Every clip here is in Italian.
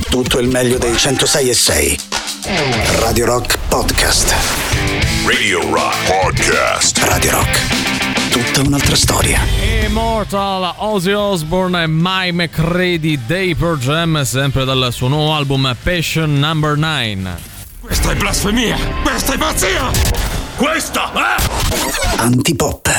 tutto il meglio dei 106.6. Radio Rock Podcast. Radio Rock Podcast. Radio Rock. Tutta un'altra storia. Immortal, Ozzy Osbourne e Mike McCready dei Pearl Jam, sempre dal suo nuovo album Passion No. 9. Questa è blasfemia! Questa è pazzia! Questa è Antipop.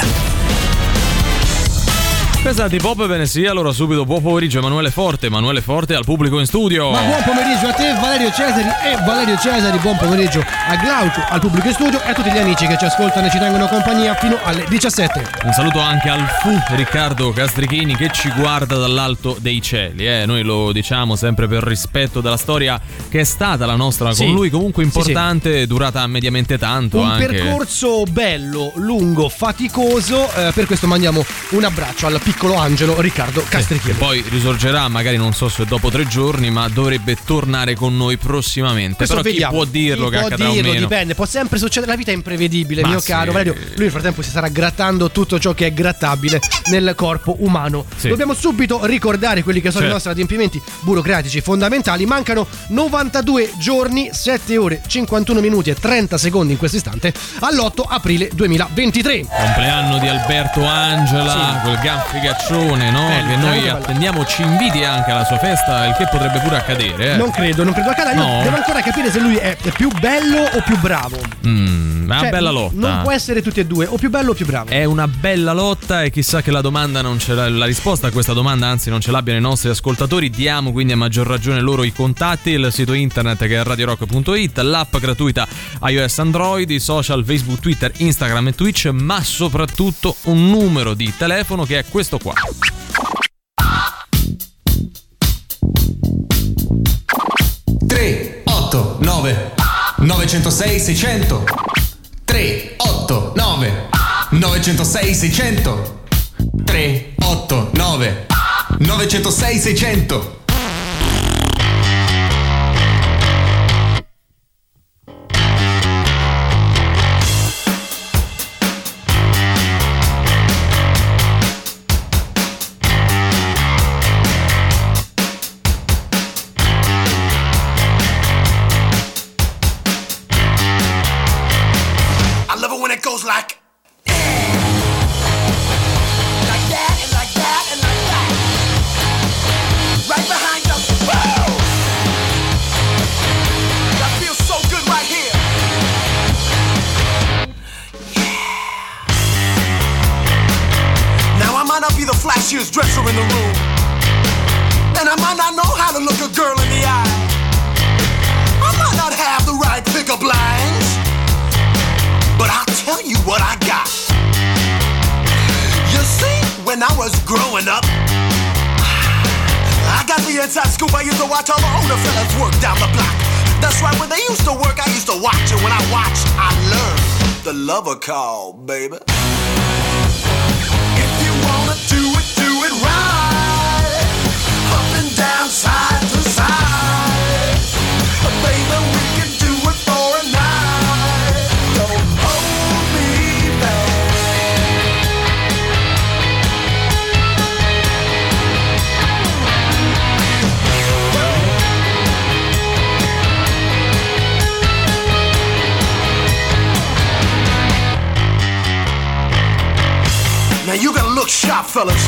Questa Antipop ve ne sia, allora subito buon pomeriggio Emanuele Forte al pubblico in studio. Ma buon pomeriggio a te Valerio Cesari, buon pomeriggio a Glaucio, al pubblico in studio e a tutti gli amici che ci ascoltano e ci tengono compagnia fino alle 17. Un saluto anche al Riccardo Castrichini che ci guarda dall'alto dei cieli, noi lo diciamo sempre per rispetto della storia che è stata la nostra, sì, con lui comunque importante, sì. Durata mediamente tanto. Un anche. Percorso bello, lungo, faticoso, per questo mandiamo un abbraccio al piccolo angelo Riccardo Castrichini. Poi risorgerà, magari non so se dopo 3 giorni, ma dovrebbe tornare con noi prossimamente. Questo però vediamo. Chi può dirlo che accadrà o meno? Dipende, può sempre succedere, la vita è imprevedibile, mio sì. caro Valerio. Lui nel frattempo si starà grattando tutto ciò che è grattabile nel corpo umano. Sì. Dobbiamo subito ricordare quelli che sono i nostri adempimenti burocratici fondamentali. Mancano 92 giorni, 7 ore, 51 minuti e 30 secondi in questo istante all'8 aprile 2023. Compleanno di Alberto Angela, Sì. quel gran figaccione, no? Che noi attendiamo, ci inviti anche alla sua festa, il che potrebbe pure accadere. Non credo accada. No. Io devo ancora capire se lui è più bello o più bravo. È una bella lotta. Non può essere tutti e due, o più bello o più bravo. È una bella lotta e chissà che la domanda non ce l'ha, la risposta a questa domanda anzi non ce l'abbiano i nostri ascoltatori. Diamo quindi a maggior ragione loro i contatti, il sito internet che è radiorock.it, l'app gratuita iOS Android, i social Facebook, Twitter, Instagram e Twitch, ma soprattutto un numero di telefono che è questo qua. 389 906 600 389 906 600 389 906 600. Flashiest dresser in the room, and I might not know how to look a girl in the eye. I might not have the right pickup lines, but I'll tell you what I got. You see, when I was growing up, I got the inside scoop. I used to watch all the older fellas work down the block. That's right, when they used to work, I used to watch, and when I watched, I learned the lover call, baby. Do it right, up and down, side to side. Baby, we can do it for a night. Don't hold me back. Now you gotta look sharp, fellas.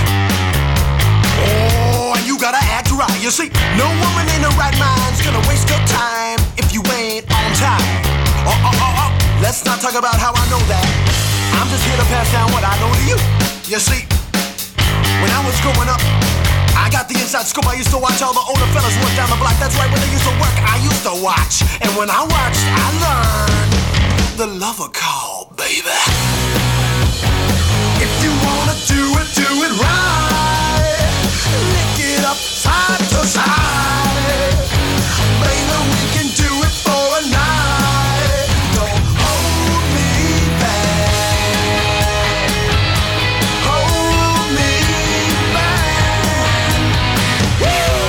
Oh, and you gotta act right. You see, no woman in her right mind's gonna waste her time if you ain't on time. Let's not talk about how I know that. I'm just here to pass down what I know to you. You see, when I was growing up, I got the inside scoop. I used to watch all the older fellas work down the block. That's right, when they used to work, I used to watch. And when I watched, I learned the lover call, baby. If you wanna do it right. Lick it up side to side. Baby, we can do it for a night. Don't hold me back. Hold me back. Woo!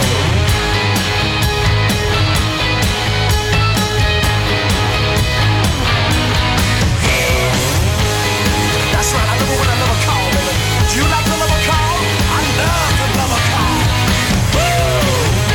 Yeah. That's right, I love it when I love a call, baby. Do you like the love a call? I love the love a call. Woo!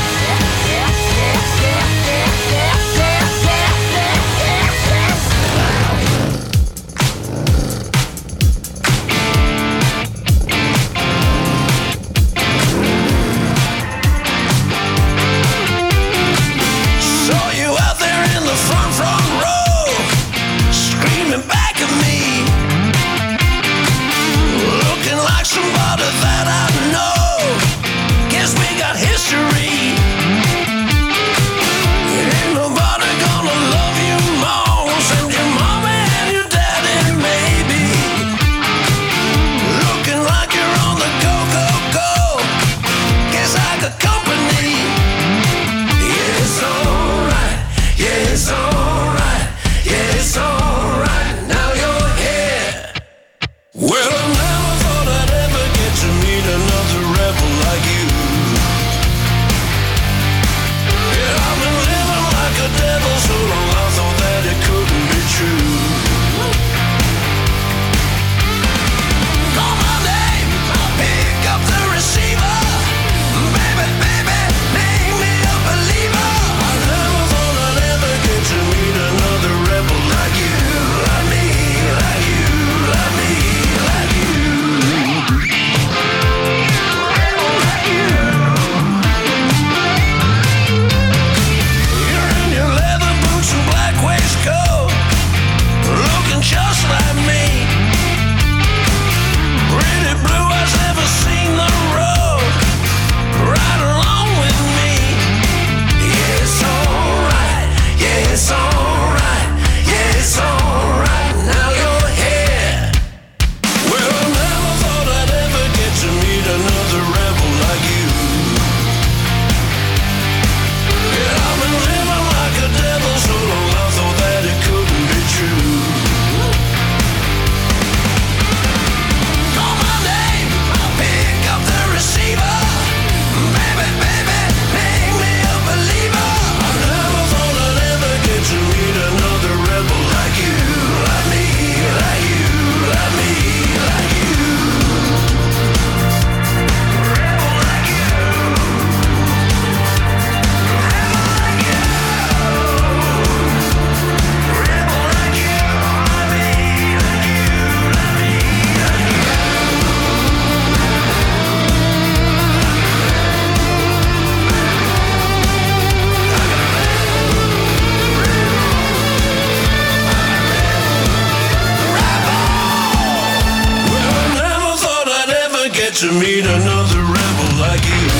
to meet another rebel like you.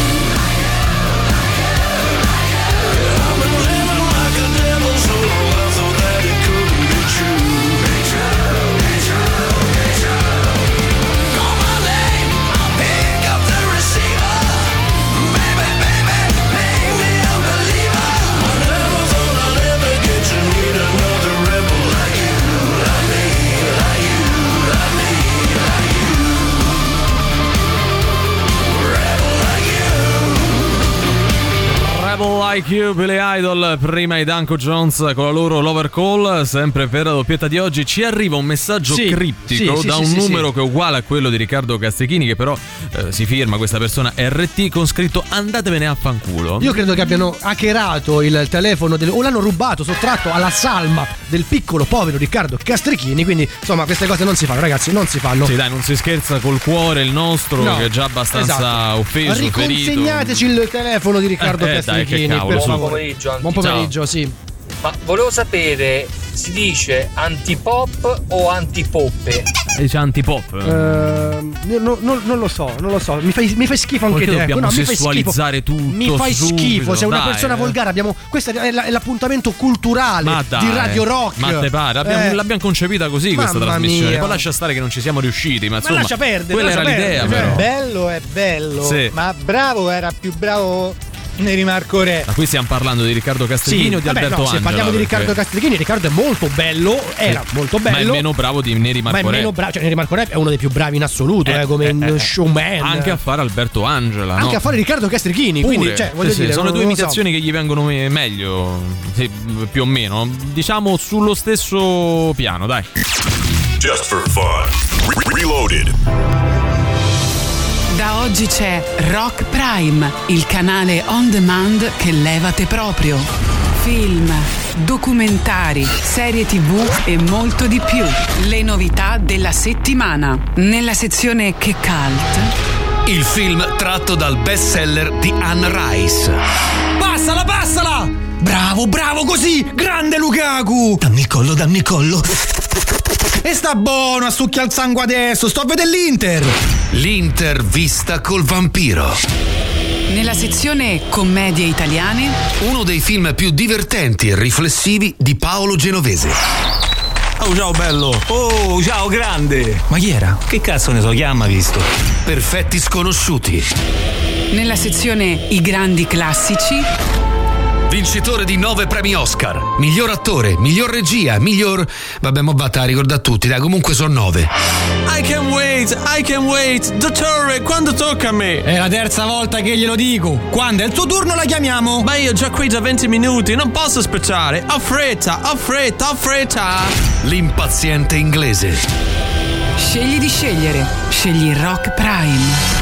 I've been living like a devil so long I thought that it couldn't be true. Call my name, I'll pick up the receiver. Baby, baby, make me a believer. I never thought I'd ever get to meet another rebel like you. Like me, like you, like me, like you. Rebel like you. Rebel Like You, Billy Idol, prima i Danko Jones con la loro Lover Call. Sempre per la doppietta di oggi ci arriva un messaggio criptico da un numero che è uguale a quello di Riccardo Castrichini, che però si firma questa persona RT con scritto andatevene a fanculo. Io credo che abbiano hackerato il telefono o l'hanno rubato, sottratto alla salma del piccolo povero Riccardo Castrichini, quindi insomma queste cose non si fanno, ragazzi, non si fanno. Sì, dai, non si scherza col cuore il nostro, che è già abbastanza offeso, ferito. Riconsegnateci il telefono di Riccardo Castrichini, per favore. Buon pomeriggio. Buon pomeriggio, sì. Ma volevo sapere, si dice antipop o antipoppe? Dice antipop. Non lo so. Mi fai schifo anche te. Dobbiamo sessualizzare tutto. Mi fai schifo. Sei una persona volgare. Questo è l'appuntamento culturale di Radio Rock. Ma te pare? L'abbiamo concepita così questa trasmissione. Poi lascia stare che non ci siamo riusciti. Ma insomma, lascia perdere. Quella era l'idea, però. Bello è bello. Sì. Ma bravo, era più bravo Neri Marco Re. Ma qui stiamo parlando di Riccardo Castrichini o di Alberto Angela? Se parliamo di Riccardo Castrichini, Riccardo è molto bello, era molto bello. Ma è meno bravo di Neri Marco Re. Ma è meno bravo, cioè Neri Marco Re è uno dei più bravi in assoluto, come showman. Anche a fare Alberto Angela, anche a fare Riccardo Castrichini. Pure. Quindi, cioè, voglio dire, sono due imitazioni che gli vengono meglio, più o meno. Diciamo sullo stesso piano, dai. Just for fun. Reloaded. Da oggi c'è Rock Prime, il canale on demand che levate proprio. Film, documentari, serie TV e molto di più. Le novità della settimana. Nella sezione Che Cult, il film tratto dal bestseller di Anne Rice. Passala! Bravo così! Grande Lukaku! Dammi il collo. E sta buono a succhiare il sangue adesso, sto a vedere l'Inter! L'Inter vista col vampiro. nella sezione Commedie italiane, uno dei film più divertenti e riflessivi di Paolo Genovese. Oh, ciao bello! Oh, ciao grande! Ma chi era? Che cazzo ne so, chi ha mai visto? Perfetti sconosciuti. nella sezione I grandi classici, vincitore di 9 premi Oscar, miglior attore, miglior regia, miglior... Vabbè, mo vatta, ricorda a tutti, dai, comunque sono 9. I can wait, dottore, quando tocca a me? È la terza volta che glielo dico. Quando è il suo turno la chiamiamo. Ma io già qui da 20 minuti, non posso aspettare. Ho fretta. L'impaziente inglese. scegli di scegliere, scegli Rock Prime.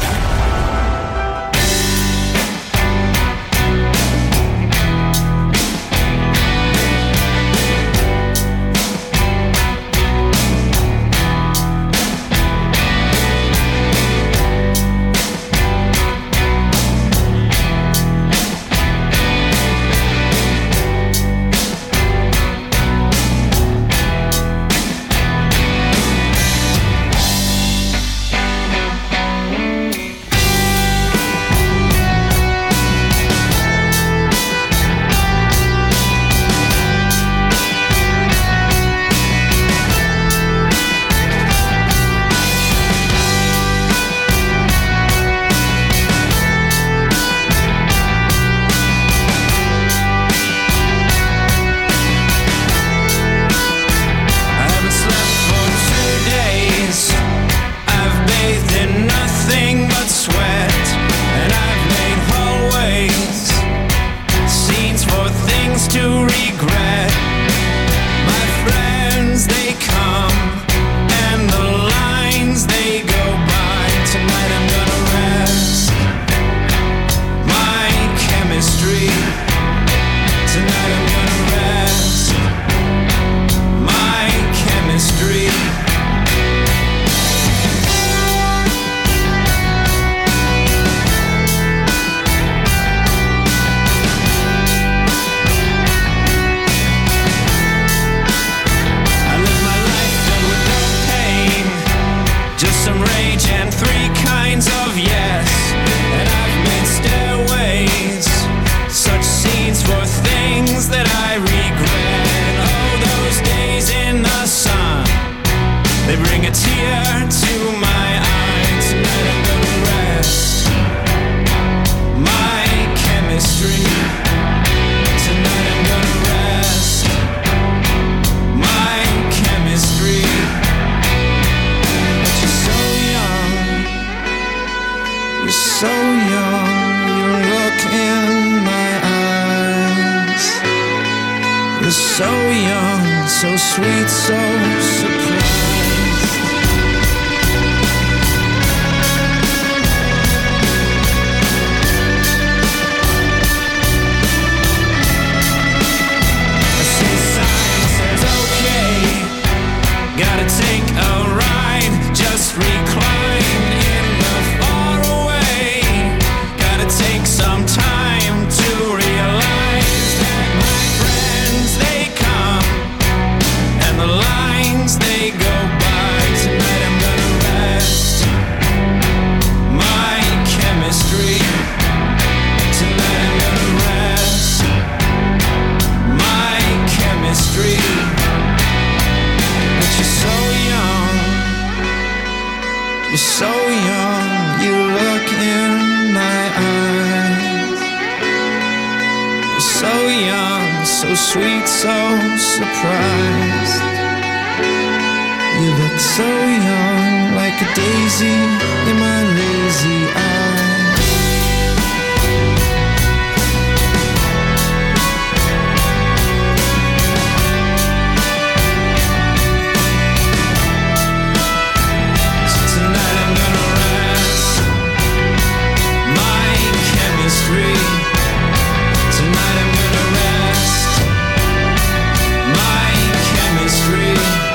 so young, so sweet, so surprised. I say sign says okay, gotta take a ride, just recline in the far away. Gotta take some time to realize that my friends, they come and the lines, they go by. Tonight I'm gonna rest my chemistry. Tonight I'm gonna rest my chemistry. But you're so young, you're so young, you look in my eyes. You're so young, so sweet, so surprised. You look so young, like a daisy in my lazy eyes. So tonight I'm gonna rest my chemistry. Tonight I'm gonna rest my chemistry.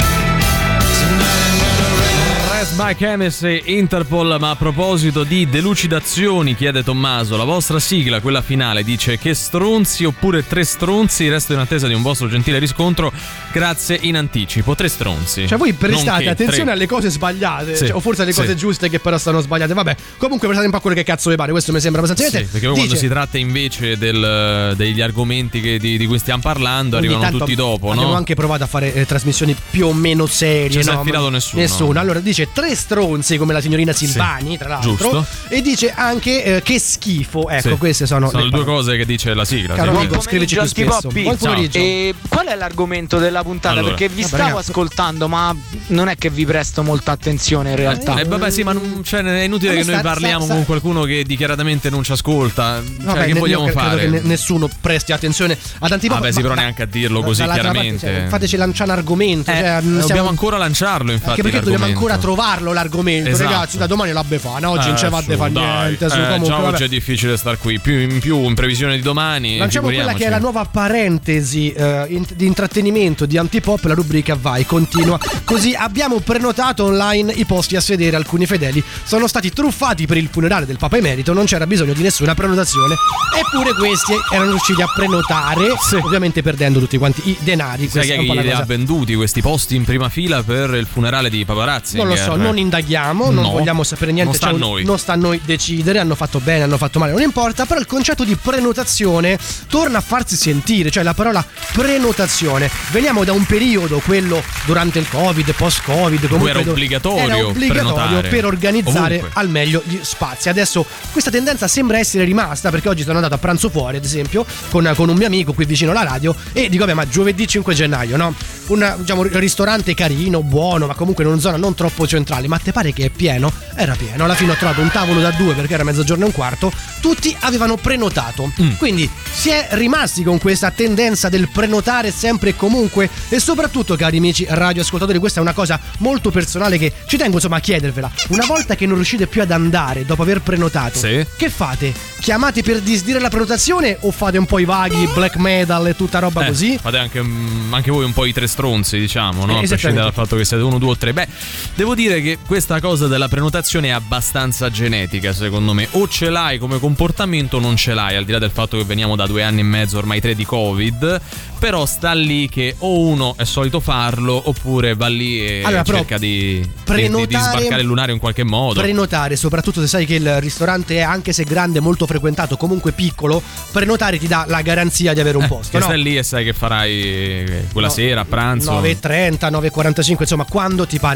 Tonight I'm gonna rest. Rest My Chemistry, Interpol. Ma a proposito di delucidazioni, chiede Tommaso, la vostra sigla, quella finale, dice che stronzi oppure tre stronzi? Resto in attesa di un vostro gentile riscontro, grazie in anticipo. Tre stronzi. Cioè voi prestate Nonché attenzione tre. alle cose sbagliate, Sì, cioè, o forse alle cose sì. giuste che però stanno sbagliate. Vabbè, comunque prestate un po' quello che cazzo vi pare. Questo mi sembra abbastanza Sì, perché poi quando si tratta invece degli argomenti di cui stiamo parlando, Ogni arrivano tanto tutti dopo, abbiamo no? anche provato a fare trasmissioni più o meno serie. Non si è no? affidato nessuno. Allora dice tre stronzi come la signorina Silvani, tra l'altro. giusto. E dice anche che schifo. Ecco, Sì. queste sono le due parole. cose che dice la sigla. Caro sì. amico, scrivici più spesso. Buon pomeriggio. E qual è l'argomento della puntata? Allora. Perché vi Vabbè, stavo ragazzi. ascoltando, ma non è che vi presto molta attenzione in realtà. Vabbè, sì, ma cioè, è inutile Ma che noi parliamo con qualcuno che dichiaratamente non ci ascolta. Vabbè, Che vogliamo io credo fare? che nessuno presti attenzione ad Antipop. Vabbè, sì, però neanche a dirlo così dall'altra chiaramente. parte, cioè, fateci lanciare un argomento. Dobbiamo ancora lanciarlo, infatti. Anche perché dobbiamo l'argomento. ancora trovarlo l'argomento, Esatto. ragazzi. Da domani la befana, oggi non ce va a fare niente. Su, comunque, già vabbè. oggi è difficile star qui. Più in previsione di domani. Lanciamo quella che è la figuriamoci. nuova parentesi di intrattenimento di Antipop, la rubrica vai, continua. Così abbiamo prenotato online i posti a sedere, alcuni fedeli sono stati truffati per il funerale del Papa Emerito, non c'era bisogno di nessuna prenotazione, eppure questi erano riusciti a prenotare, ovviamente perdendo tutti quanti i denari. Sai Questa chi è un po' la li ha cosa. venduti questi posti in prima fila per il funerale di Paparazzi? Non lo so, non indaghiamo, non vogliamo sapere niente. Non sta a noi. Non sta a noi decidere, hanno fatto bene, hanno fatto male, non importa, però il concetto di prenotazione torna a farsi sentire, cioè la parola prenotazione. Veniamo da un periodo, quello durante il Covid, post-Covid, comunque era obbligatorio prenotare. per organizzare ovunque. al meglio gli spazi. Adesso questa tendenza sembra essere rimasta, perché oggi sono andato a pranzo fuori, ad esempio, con un mio amico qui vicino alla radio e dico, vabbè, ma giovedì 5 gennaio, no? Un ristorante carino, buono, ma comunque in una zona non troppo centrale. Ma te pare che è pieno? Era pieno. Alla fine ho trovato un tavolo da 2 perché era mezzogiorno e un quarto. Tutti avevano prenotato. Quindi si è rimasti con questa tendenza del prenotare sempre e comunque. E soprattutto, cari amici radioascoltatori, questa è una cosa molto personale che ci tengo insomma a chiedervela. Una volta che non riuscite più ad andare dopo aver prenotato, che fate? Chiamate per disdire la prenotazione o fate un po' i vaghi, black metal e tutta roba così? Fate anche voi un po' i tre stronzi, diciamo, no? A Esattamente. prescindere dal fatto che siete 1, 2 o 3. Beh, devo dire che questa cosa della prenotazione è abbastanza genetica, secondo me. O ce l'hai come comportamento o non ce l'hai, al di là del fatto che veniamo da 2 anni e mezzo, ormai 3 di Covid. Però sta lì che o uno è solito farlo oppure va lì e cerca di sbarcare il lunario in qualche modo. Prenotare, soprattutto se sai che il ristorante è, anche se grande, molto frequentato, comunque piccolo, prenotare ti dà la garanzia di avere un posto, Che no? stai lì e sai che farai quella sera a pranzo. 9:30, 9:45, insomma, quando ti pare.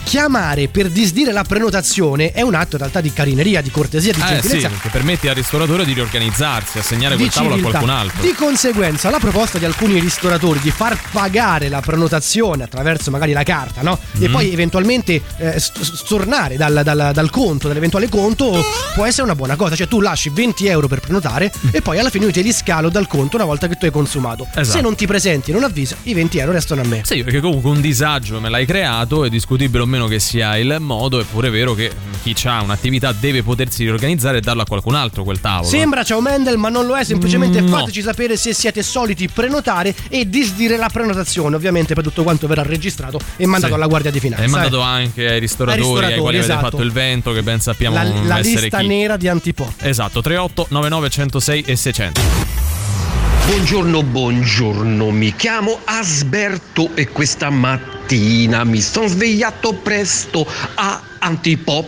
chiamare per disdire la prenotazione è un atto in realtà di carineria, di cortesia, di gentilezza. Sì, che permette al ristoratore di riorganizzarsi, assegnare quel tavolo a qualcun altro. Di conseguenza, la proposta di alcuni ristoratori di far pagare la prenotazione attraverso magari la carta, no? E poi eventualmente stornare dal conto, dall'eventuale conto, può essere una buona cosa. Cioè tu lasci 20 euro per prenotare e poi alla fine io te li scalo dal conto una volta che tu hai consumato. Esatto. Se non ti presenti e non avvisi, i 20 euro restano a me. Sì, perché comunque un disagio me l'hai creato, è discutibile o meno che sia il modo, è pure vero che chi ha un'attività deve potersi riorganizzare e darlo a qualcun altro quel tavolo. Sembra ciao Mendel, ma non lo è, semplicemente fateci sapere se siete soliti prenotare e disdire la prenotazione. Ovviamente poi tutto quanto verrà registrato e mandato alla Guardia di Finanza. E mandato anche ai ristoratori ai quali avete fatto il vento, che ben sappiamo la essere lista chi. nera di Antipop. Esatto, 38 99 106 e 600. Buongiorno, mi chiamo Asberto e questa mattina mi sono svegliato presto a Antipop.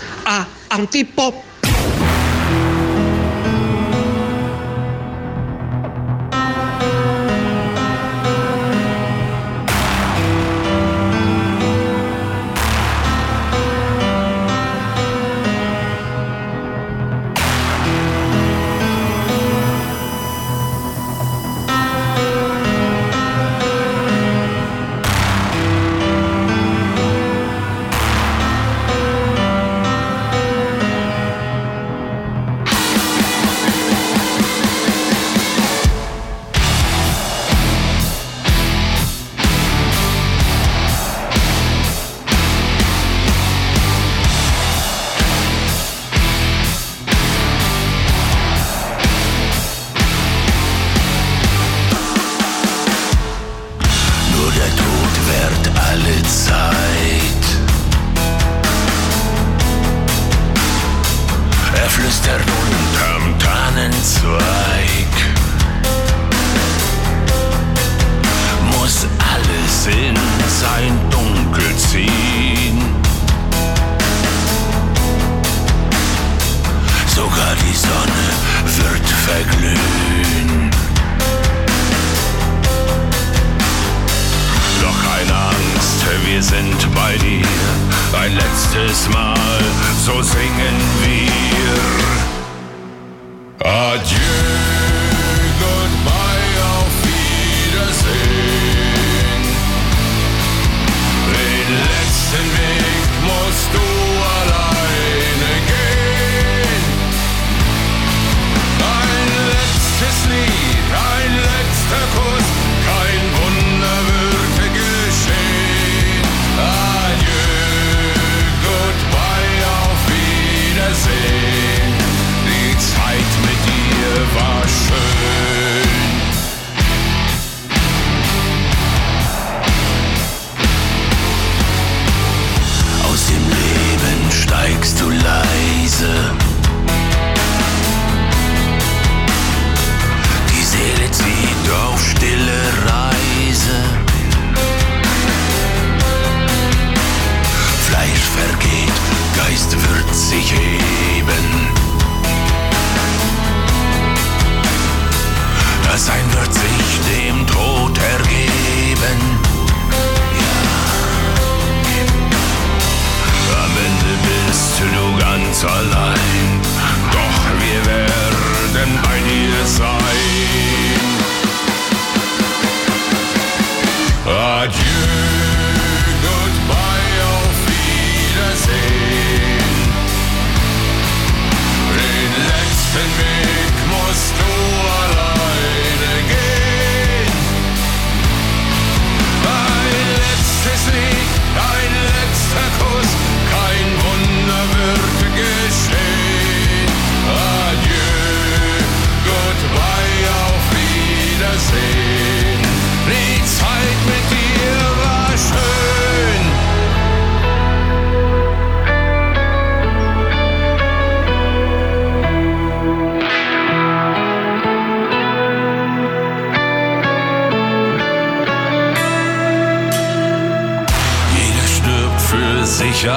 sich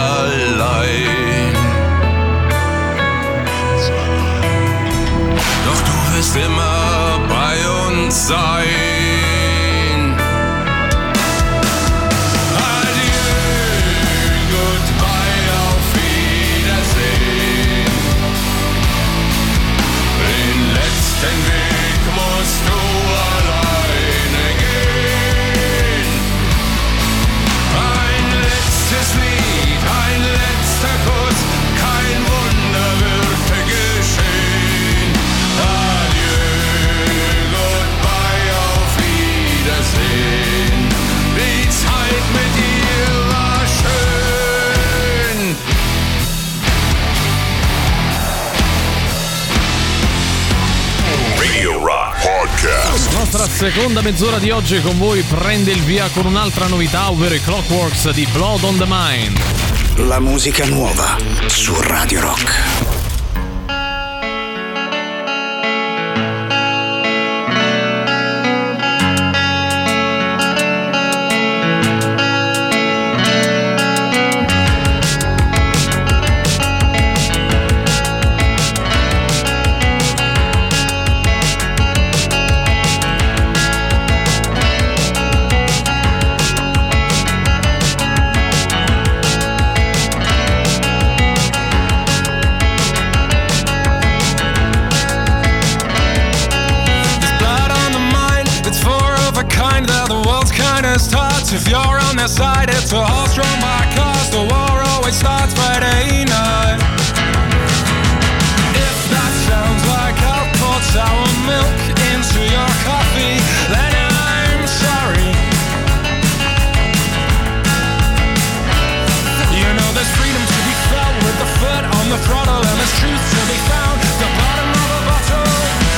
allein. Doch du wirst immer bei uns sein. Adieu, La nostra seconda mezz'ora di oggi con voi prende il via con un'altra novità, ovvero i Clockworks di Blood on the Mind. La musica nuova su Radio Rock. If you're on their side, it's a horse drawn by cars. The war always starts Friday night. If that sounds like I've poured sour milk into your coffee, then I'm sorry. You know there's freedom to be felt with the foot on the throttle, and there's truth to be found at the bottom of a bottle.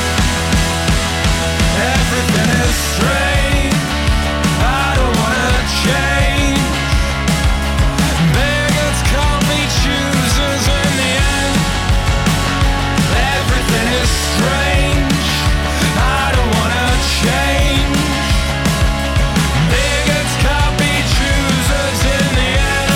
Everything is strange. I don't wanna change. Beggars can't be choosers in the end. Everything is strange. I don't wanna change. Beggars can't be choosers in the end.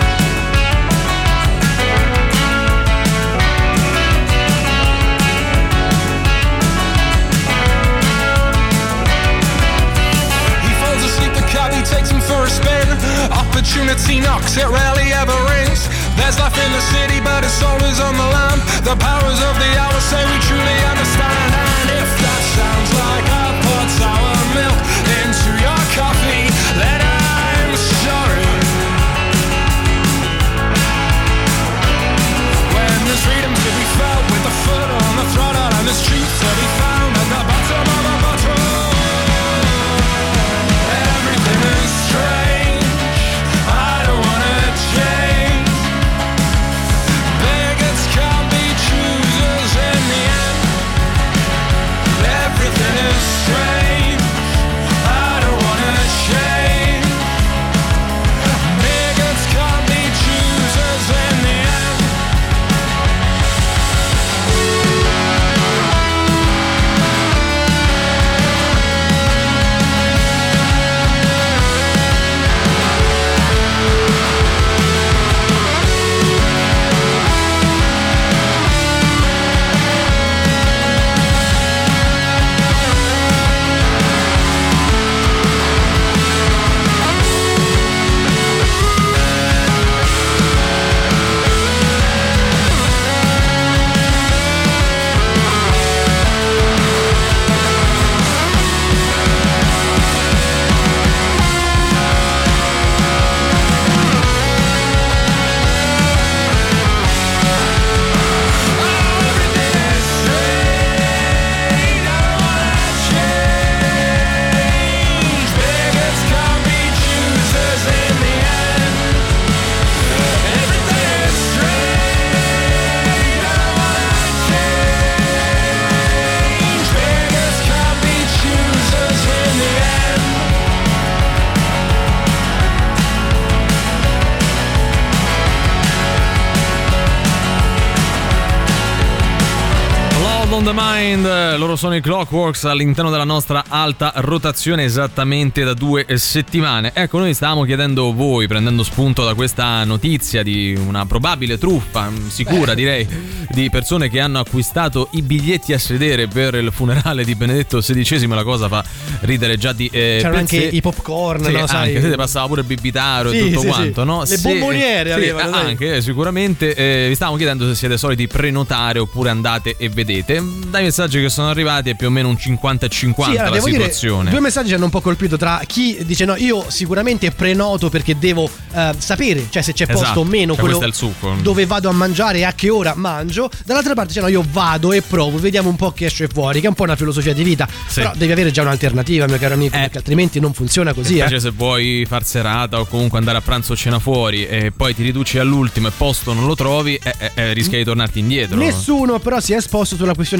He falls asleep, the cabbie takes him for a spin. Opportunity knocks, it rarely ever rings. There's life in the city, but it's always on the lamp. The powers of the hour say we truly understand. And if that sounds like I poured sour milk into your coffee, then I'm sorry. When there's freedom to be felt with the foot on the throttle, and there's truth to be found at the bottom of a bottle. Everything is strange. I don't wanna change. Beggars can't be choosers in the end. Everything is strange. I don't wanna change. Beggars can't be choosers in the end. On the Mind, loro sono i Clockworks all'interno della nostra alta rotazione esattamente da 2 settimane. Ecco, noi stavamo chiedendo voi, prendendo spunto da questa notizia di una probabile truffa, sicura direi, di persone che hanno acquistato i biglietti a sedere per il funerale di Benedetto XVI. La cosa fa ridere già di c'erano anche i popcorn, sì, no, sai? Anche se passava pure il bibitaro e tutto quanto, no? Le bomboniere avevano, anche sicuramente. Vi stavamo chiedendo se siete soliti prenotare oppure andate e vedete. Dai messaggi che sono arrivati è più o meno un 50-50 allora, la situazione. Due messaggi hanno un po' colpito, tra chi dice no, io sicuramente prenoto perché devo sapere, cioè se c'è posto o meno, cioè, quello questo è il succo, dove vado a mangiare e a che ora mangio. Dall'altra parte dice no, io vado e provo, vediamo un po' che esce fuori, che è un po' una filosofia di vita, però devi avere già un'alternativa, mio caro amico, perché altrimenti non funziona così. Invece se vuoi far serata o comunque andare a pranzo o cena fuori e poi ti riduci all'ultimo e posto non lo trovi, rischia di tornarti indietro. Nessuno però si è esposto sulla questione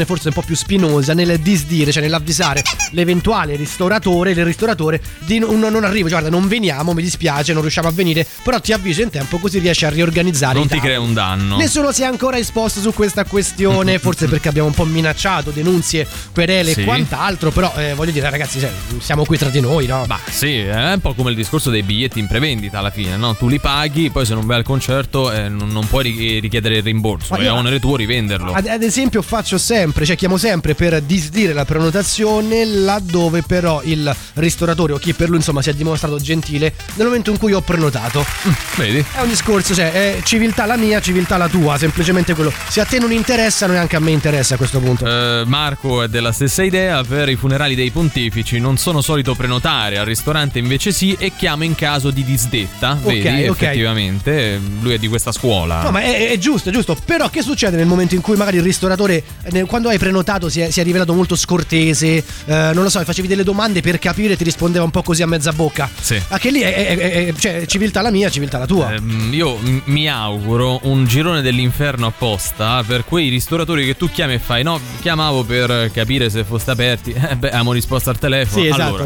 forse un po' più spinosa nel disdire, cioè nell'avvisare l'eventuale ristoratore, il ristoratore di non arrivo, guarda, non veniamo, mi dispiace, non riusciamo a venire, però ti avviso in tempo così riesci a riorganizzare. Non ti crea un danno. Nessuno si è ancora esposto su questa questione, forse perché abbiamo un po' minacciato denunzie, querele e quant'altro, però voglio dire ragazzi, siamo qui tra di noi, no? Ma sì, è un po' come il discorso dei biglietti in prevendita alla fine, no? Tu li paghi, poi se non vai al concerto non puoi richiedere il rimborso, è onere tuo rivenderlo. Ad esempio faccio sempre, cioè chiamo sempre per disdire la prenotazione laddove però il ristoratore o chi per lui insomma si è dimostrato gentile nel momento in cui ho prenotato. Vedi? È un discorso, cioè è civiltà la mia, civiltà la tua, semplicemente quello. Se a te non interessa, neanche a me interessa a questo punto. Marco è della stessa idea, per i funerali dei pontefici non sono solito prenotare, al ristorante invece sì, e chiamo in caso di disdetta, vedi, effettivamente lui è di questa scuola. No, ma è giusto, però che succede nel momento in cui magari il ristoratore quando hai prenotato si è rivelato molto scortese, non lo so, facevi delle domande per capire, ti rispondeva un po' così a mezza bocca. Sì. Anche lì cioè, civiltà la mia, civiltà la tua. Io mi auguro un girone dell'inferno apposta per quei ristoratori che tu chiami e fai no, chiamavo per capire se foste aperti. Abbiamo risposto al telefono. Sì, esatto,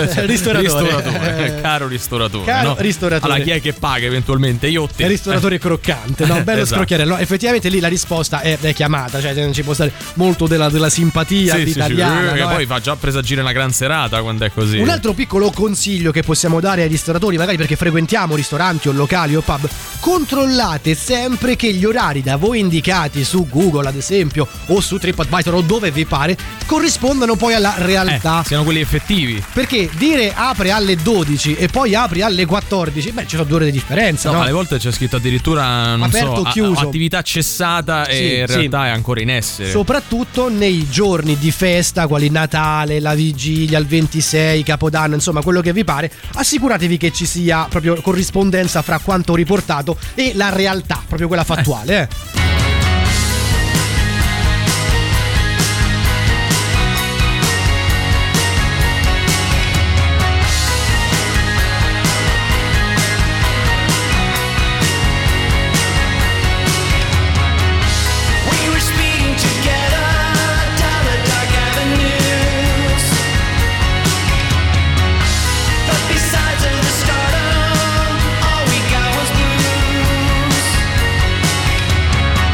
ristoratore. Caro ristoratore, caro no? ristoratore. Allora chi è che paga eventualmente? Io o te? Il ristoratore croccante, no? Bello esatto. Scrocchiarello. Effettivamente lì la risposta è chiamata, cioè non ci può stare molto della simpatia italiana. Che no? poi fa già presagire una gran serata quando è così. Un altro piccolo consiglio che possiamo dare ai ristoratori, magari perché frequentiamo ristoranti o locali o pub, controllate sempre che gli orari da voi indicati su Google ad esempio o su TripAdvisor o dove vi pare corrispondano poi alla realtà, siano quelli effettivi, perché dire apre alle 12 e poi apri alle 14, ci sono 2 ore di differenza, no? Alle volte c'è scritto addirittura non aperto, chiuso, attività cessata e in realtà è ancora in essere, soprattutto nei giorni di festa quali Natale, la vigilia, il 26, Capodanno, insomma quello che vi pare. Assicuratevi che ci sia proprio corrispondenza fra quanto riportato e la realtà, proprio quella fattuale. Besides the stardom, all we got was blues.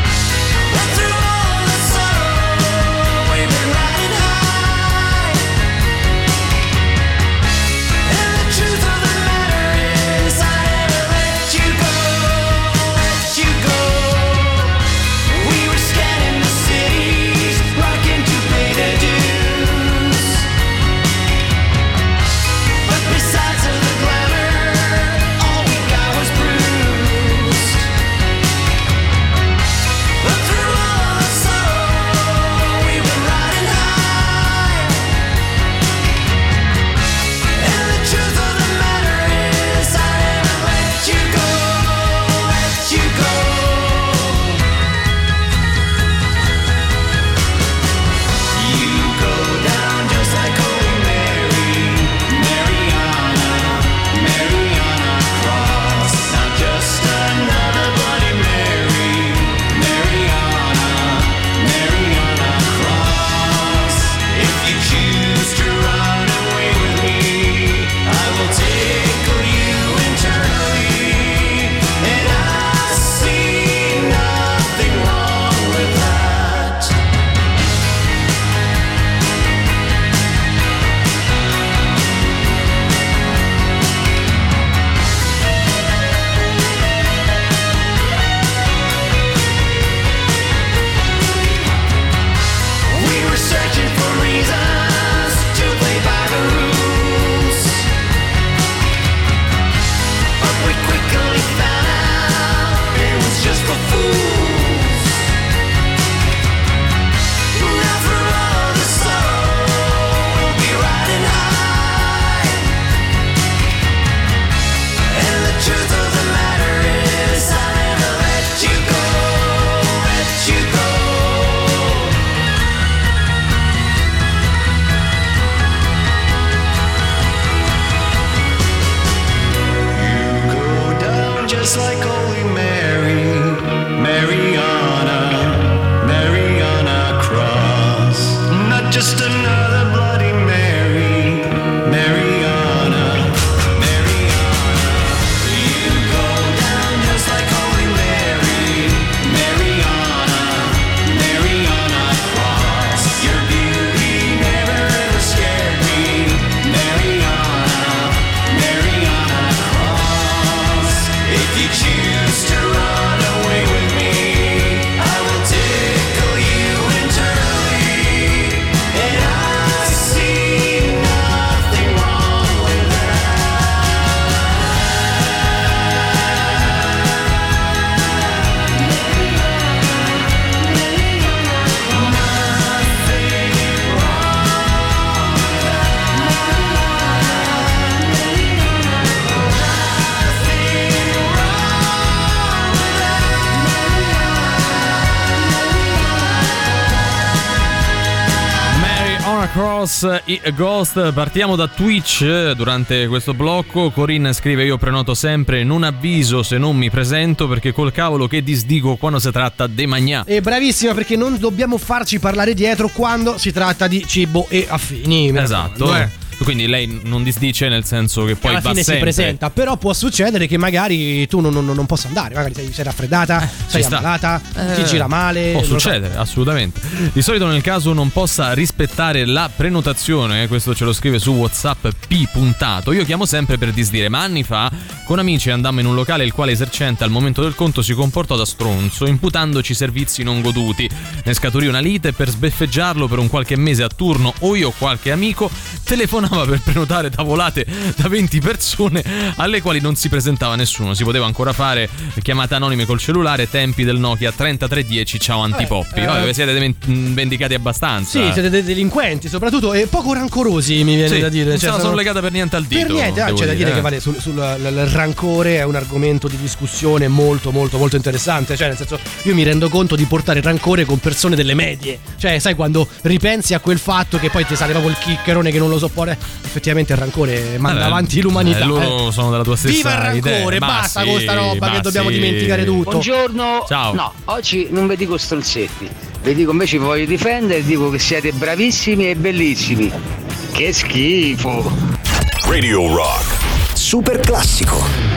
Cross i Ghost. Partiamo da Twitch durante questo blocco. Corinne scrive: io prenoto sempre, non avviso se non mi presento, perché col cavolo che disdico quando si tratta de magnà. E bravissima, perché non dobbiamo farci parlare dietro quando si tratta di cibo e affini. Esatto. Quindi lei non disdice, nel senso che poi alla va fine sempre. si presenta, però può succedere che magari tu non possa andare, magari sei raffreddata, sei ammalata, ti gira male. Può succedere, assolutamente. Di solito nel caso non possa rispettare la prenotazione, questo ce lo scrive su WhatsApp P puntato. Io chiamo sempre per disdire, ma anni fa con amici andammo in un locale il quale esercente al momento del conto si comportò da stronzo, imputandoci servizi non goduti. Ne scaturì una lite, per sbeffeggiarlo per un qualche mese a turno o io o qualche amico telefonava per prenotare tavolate da 20 persone alle quali non si presentava nessuno. Si poteva ancora fare chiamate anonime col cellulare, tempi del Nokia 3310. Ciao antipoppi. Siete vendicati abbastanza. Sì, siete dei delinquenti soprattutto, e poco rancorosi, mi viene da dire. Non sono legata per niente al dito. Per niente, c'è da dire che vale sul rancore è un argomento di discussione molto molto molto interessante. Cioè, nel senso, io mi rendo conto di portare rancore con persone delle medie. Cioè, sai, quando ripensi a quel fatto che poi ti sale proprio il chiccherone che non lo sopporta, effettivamente il rancore manda avanti l'umanità. Loro sono della tua stessa Viva il rancore, idea. basta con sta roba che dobbiamo dimenticare tutto. Buongiorno. Ciao. No, oggi non vi dico stronzetti, vi dico invece, vi voglio difendere, dico che siete bravissimi e bellissimi. Che schifo. Radio Rock super classico.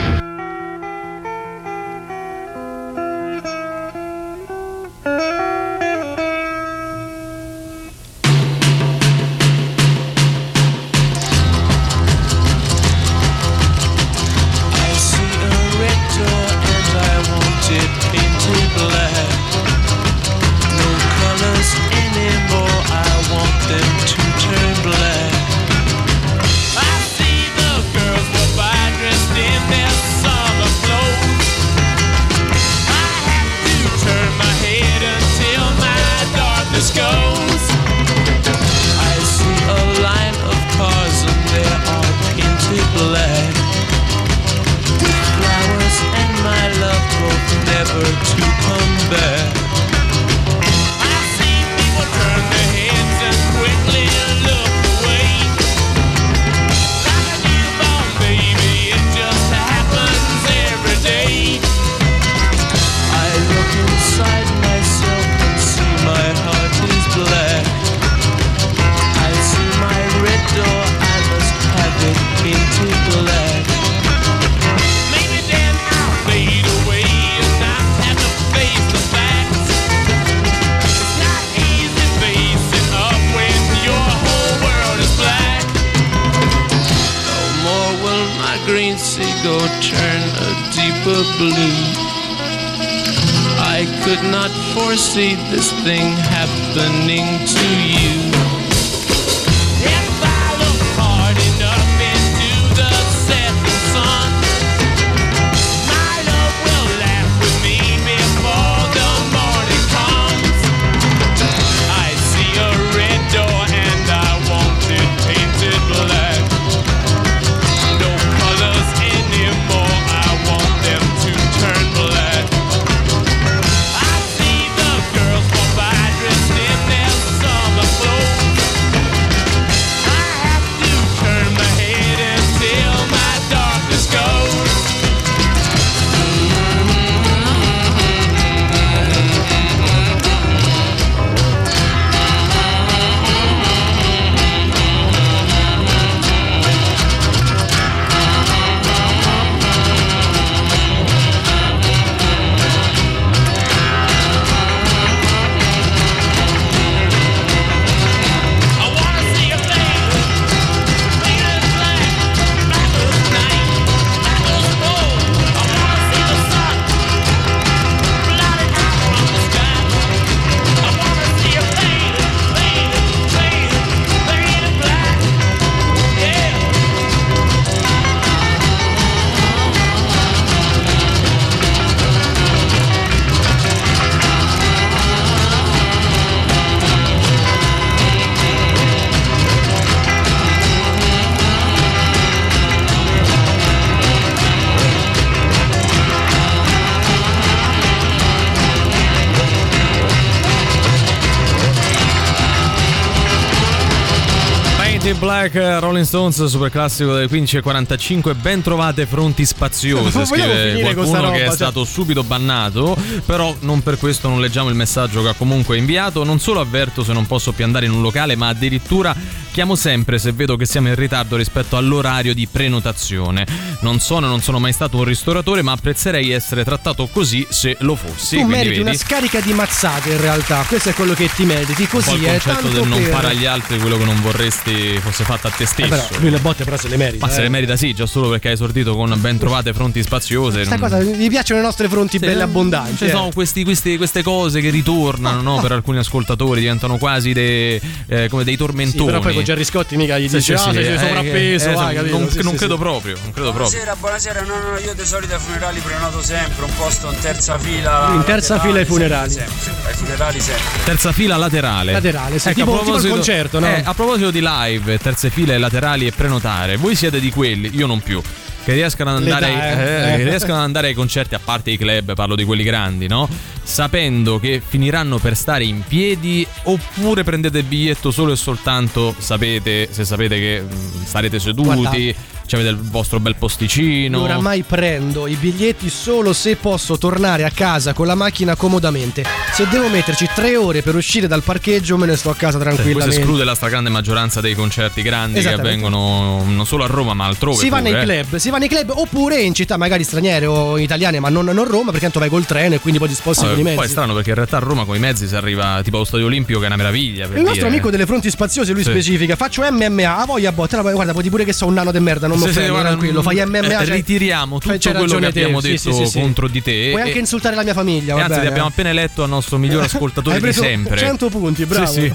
I could not foresee this thing happening to you. If I look hard enough into the setting sun, my love will laugh with me before the morning comes. I see a red door and I want it painted black. No colors anymore, I want them to turn black. I see the girls walk by dressed in their summer clothes. Black, Rolling Stones, super classico delle 15:45. Ben trovate fronti spaziose, scrive qualcuno che è stato subito bannato. Però non per questo non leggiamo il messaggio che ha comunque inviato. Non solo avverto se non posso più andare in un locale, ma addirittura chiamo sempre se vedo che siamo in ritardo rispetto all'orario di prenotazione. Non sono mai stato un ristoratore, ma apprezzerei essere trattato così se lo fossi. Tu quindi meriti vedi, una scarica di mazzate, in realtà questo è quello che ti meriti, così un po' il concetto del non fare agli altri quello che non vorresti fosse fatto a te stesso. Però lui le botte però se le merita. Ma se le merita, sì, già solo perché hai esordito con ben trovate fronti spaziose. Questa cosa, mi piacciono le nostre fronti belle abbondanti. Ci sono queste cose che ritornano, no? Per alcuni ascoltatori diventano quasi come dei tormentoni. Sì, però poi con Gerry Scotti mica gli dice sei sovrappeso, non credo proprio. Buonasera, no, io di solito ai funerali prenoto sempre un posto in terza fila. In terza fila ai funerali. Ai funerali sempre. Terza fila laterale. Sì, tipo il concerto, no? A proposito di live, terze file laterali e prenotare, voi siete di quelli, io non più, che riescano ad andare ai concerti, a parte i club, parlo di quelli grandi, no? Sapendo che finiranno per stare in piedi, oppure prendete il biglietto solo e soltanto se sapete che starete seduti. Guarda, avete il vostro bel posticino. Oramai prendo i biglietti solo se posso tornare a casa con la macchina comodamente. Se devo metterci 3 ore per uscire dal parcheggio, me ne sto a casa tranquillamente. Questo esclude la stragrande maggioranza dei concerti grandi che avvengono non solo a Roma ma altrove. Si va nei club oppure in città magari straniere o italiane, ma non Roma, perché tanto vai col treno e quindi poi ti sposti con i mezzi. Poi è strano perché in realtà a Roma con i mezzi si arriva tipo allo Stadio Olimpico, che è una meraviglia. Il nostro amico delle fronti spaziose, lui specifica: faccio MMA, a voglia botte. Guarda, puoi dire pure che sono un nano de merda, non mi offendo, tranquillo, fai MMA. Ritiriamo tutto quello che abbiamo detto contro di te. Puoi anche insultare la mia famiglia. E anzi, ti abbiamo appena eletto al nostro miglior ascoltatore di sempre. 100 punti, bravo. Sì.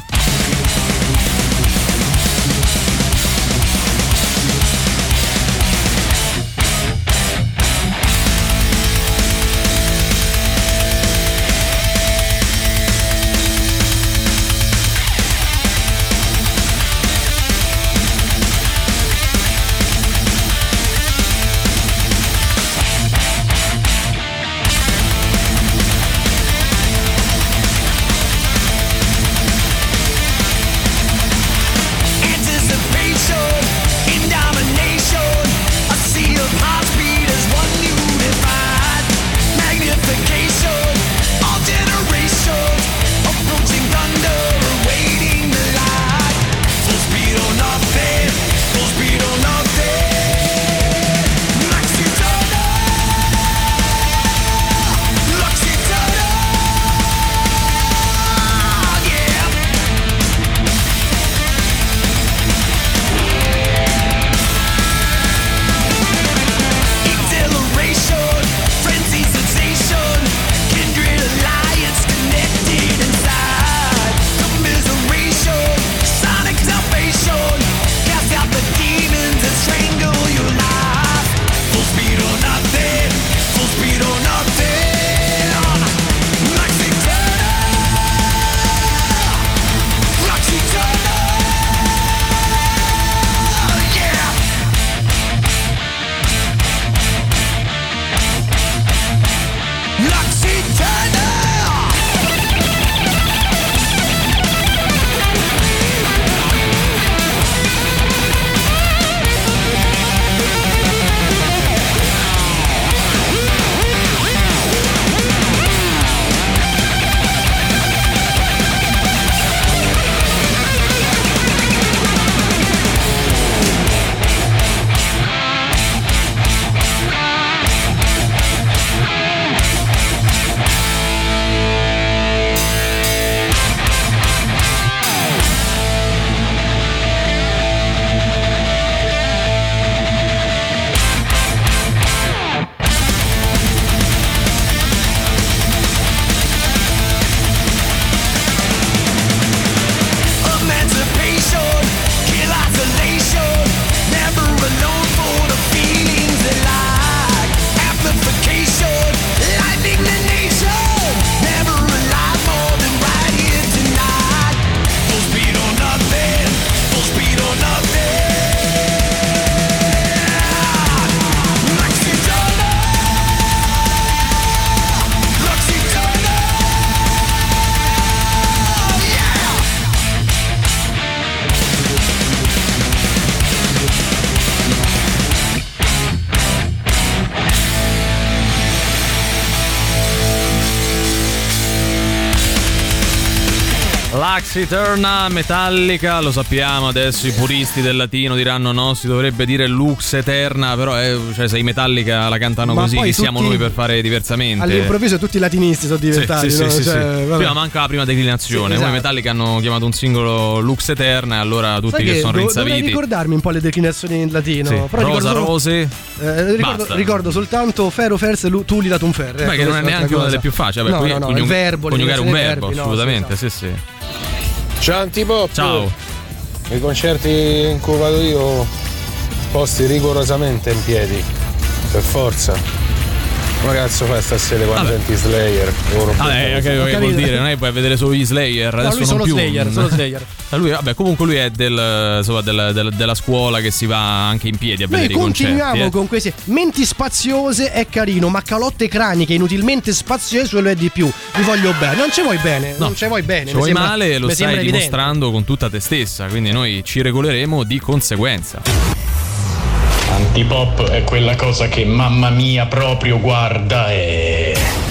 Lux Eterna, Metallica, lo sappiamo, adesso i puristi del latino diranno no, si dovrebbe dire Lux Eterna, però cioè, se i Metallica la cantano Ma così, poi chi siamo tutti- noi per fare diversamente? All'improvviso tutti i latinisti sono diventati, Sì, no? sì, sì, Cioè, sì. vabbè. Prima manca la prima declinazione, Sì, poi esatto. i Metallica hanno chiamato un singolo Lux Eterna e allora tutti Sai che che sono dovrei rinsaviti. ricordarmi un po' le declinazioni in latino. Sì. Però Rosa, ricordo, rose, basta. ricordo soltanto Fero, Fers, Tuli, Latum, Ferre. Beh, che non è neanche una delle più facili. Vabbè, no, il verbo, coniugare un verbo, verbi, no, assolutamente, sì, sì. Ciao Antipop. Ciao. I concerti in cui vado io posti rigorosamente in piedi, per forza. Come cazzo fai stasera quando senti Slayer? Che vuol dire? Non è che puoi vedere solo gli Slayer. No, Adesso lui non solo più. Slayer, solo Slayer. Lui, vabbè, comunque lui è della scuola che si va anche in piedi a Noi vedere i concerti. continuiamo con queste menti spaziose, è carino, ma calotte craniche inutilmente spaziose lo è di più. Vi voglio bene. Non ci vuoi bene, non ci vuoi bene. Ci vuoi sembra- male, lo mi stai sembra evidente. dimostrando con tutta te stessa, quindi noi ci regoleremo di conseguenza. Antipop è quella cosa che mamma mia proprio guarda e...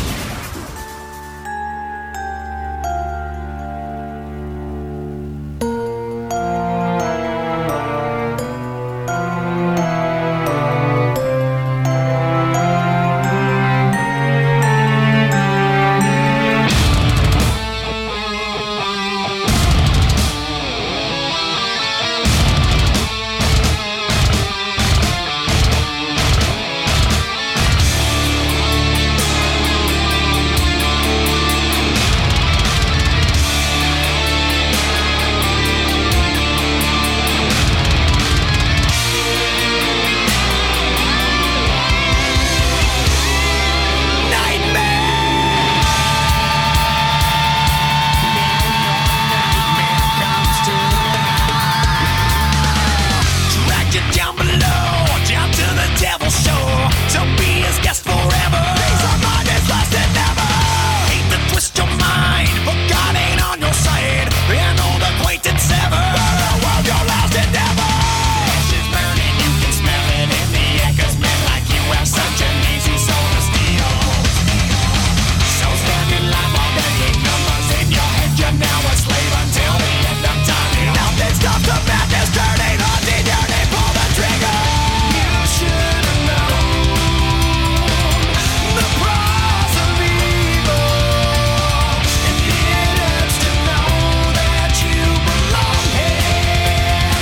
Drag you down below, down to the devil's shore, to be his guest forever. Peace of mind is lost and never. Hate to twist your mind, but God ain't on your side. And old acquaintance ever. For the world, your last endeavor. Ashes burning, you can smell it in the air, 'cause men like you have such an easy soul to steal. So stand in line while they hit numbers in your head. You're now a slave until the end of time. Nothing stops the madness, turning on the dirty, pull the trigger. You should have known the price of evil. And it hurts to know that you belong here.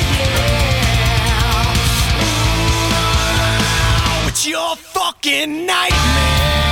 Yeah. It's your fucking nightmare.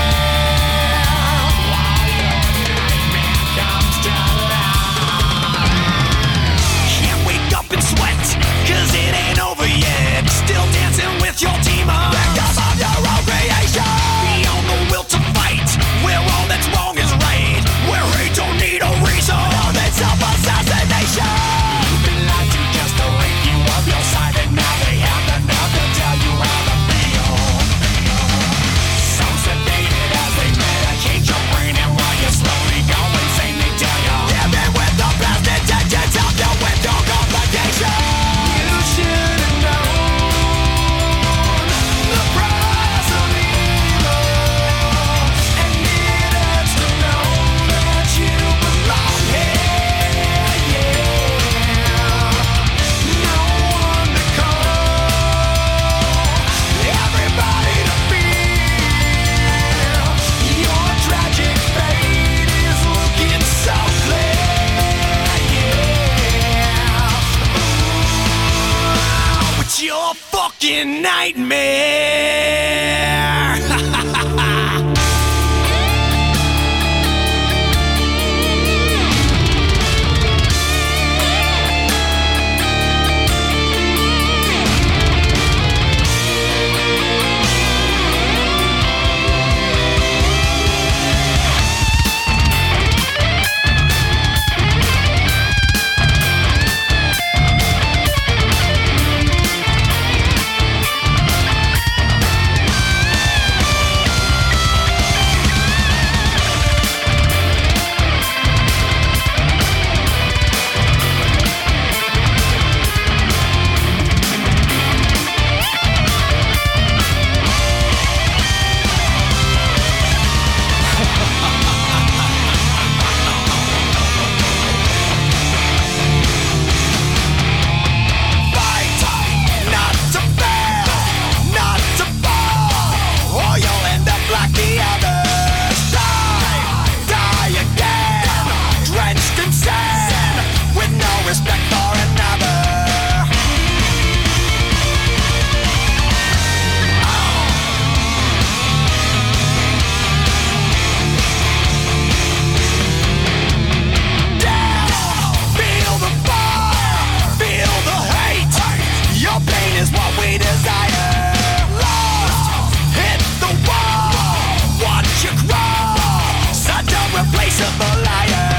Can't wake up and sweat, 'cause it ain't over yet. Still dancing with your demons. Victim of your own creation. Beyond the will to fight, where all that's wrong is right. Where hate don't need a reason. All that self-assassination. You've been lied to just to rake you of your side, and now they have the nerve to tell you how to feel. So sedated as they medicate your brain, and while you slowly go insane, they tell you living with the best intentions of you with no complication. You should have known the price of evil, and it hurts to know that you belong here. Yeah, no one to call, everybody to feel. Your tragic fate is looking so clear. Yeah, it's your fucking nightmare. is what we desire. Lost, hit the wall, watch you crawl, such a replaceable liar.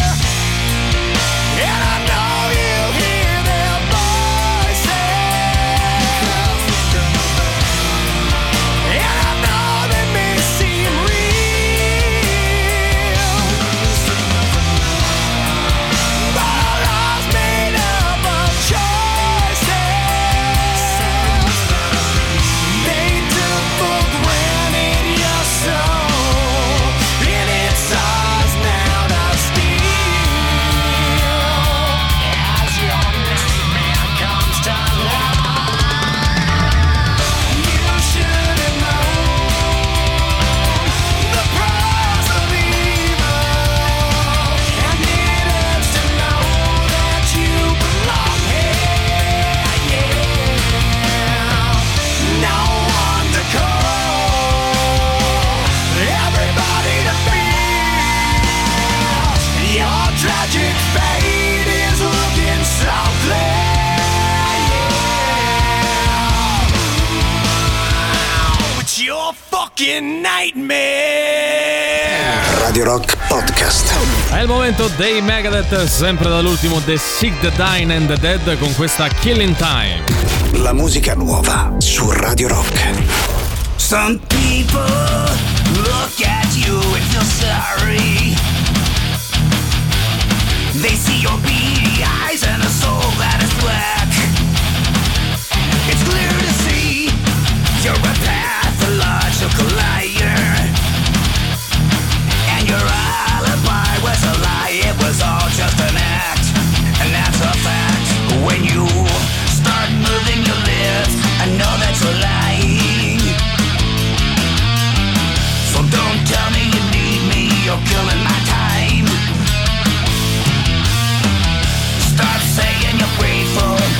And I know you hear their voices, and I know they may seem real, but our lives made up of choices. They took for granted your soul, and it's ours now to steal. As your nightmare comes to life, you should have known the price of evil, and it hurts to know that you belong here. Yeah, no one to call, everybody to feel. Your tragic fate is looking so clear. It's your fucking nightmare. Radio Rock Podcast. È il momento dei Megadeth, sempre dall'ultimo The Sick, The Dying and The Dead con questa Killing Time. La musica nuova su Radio Rock. Some people look at you and feel sorry. They see your beady eyes and a soul that is black. It's clear to see you're a pathological liar, and your alibi was a lie. It was all just an act, and that's a fact. When you start moving your lips, I know that you're lying. So don't tell me you need me, you're killing my time. Start saying you're grateful,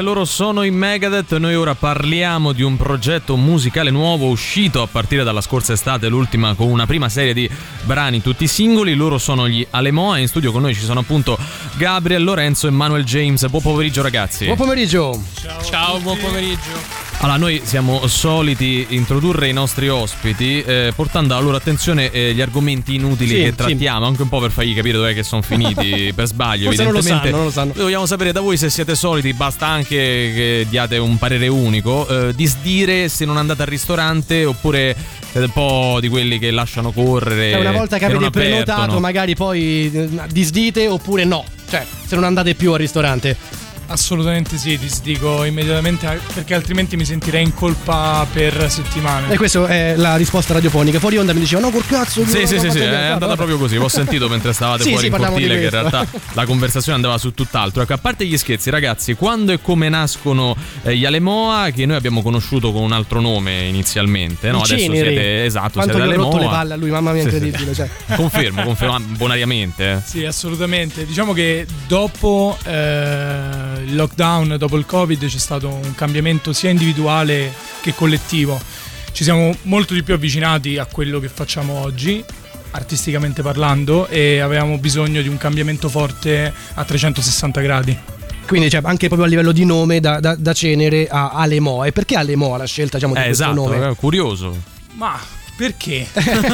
loro sono i Megadeth. Noi ora parliamo di un progetto musicale nuovo uscito a partire dalla scorsa estate, l'ultima con una prima serie di brani tutti singoli. Loro sono gli Alemoa e in studio con noi ci sono appunto Gabriel, Lorenzo e Manuel James. Buon pomeriggio ragazzi. Buon pomeriggio. Ciao, buon pomeriggio. Allora, noi siamo soliti introdurre i nostri ospiti portando alla loro attenzione gli argomenti inutili che trattiamo, anche un po' per fargli capire dov'è che sono finiti per sbaglio. Forse evidentemente non lo sanno. Noi vogliamo sapere da voi se siete soliti, basta anche che diate un parere unico, disdire se non andate al ristorante oppure siete un po' di quelli che lasciano correre. Una volta che avete prenotato magari poi disdite oppure no, cioè se non andate più al ristorante. Assolutamente sì, disdico immediatamente perché altrimenti mi sentirei in colpa per settimane. E questa è la risposta radiofonica. Fuori onda mi diceva no col cazzo. Sì, è andata proprio così. Ho sentito mentre stavate fuori in cortile che in realtà la conversazione andava su tutt'altro. Ecco, a parte gli scherzi ragazzi, quando e come nascono gli Alemoa, che noi abbiamo conosciuto con un altro nome inizialmente, no? Adesso siete Quanto siete gli ho rotto le Alemoa. palle a lui, mamma mia, incredibile. Cioè. Confermo bonariamente. Sì, assolutamente. Diciamo che dopo il lockdown, dopo il Covid, c'è stato un cambiamento sia individuale che collettivo. Ci siamo molto di più avvicinati a quello che facciamo oggi, artisticamente parlando, e avevamo bisogno di un cambiamento forte a 360 gradi. Quindi anche proprio a livello di nome da Cenere a Alemoa. E perché Alemoa la scelta di questo nome? Curioso. Ma perché?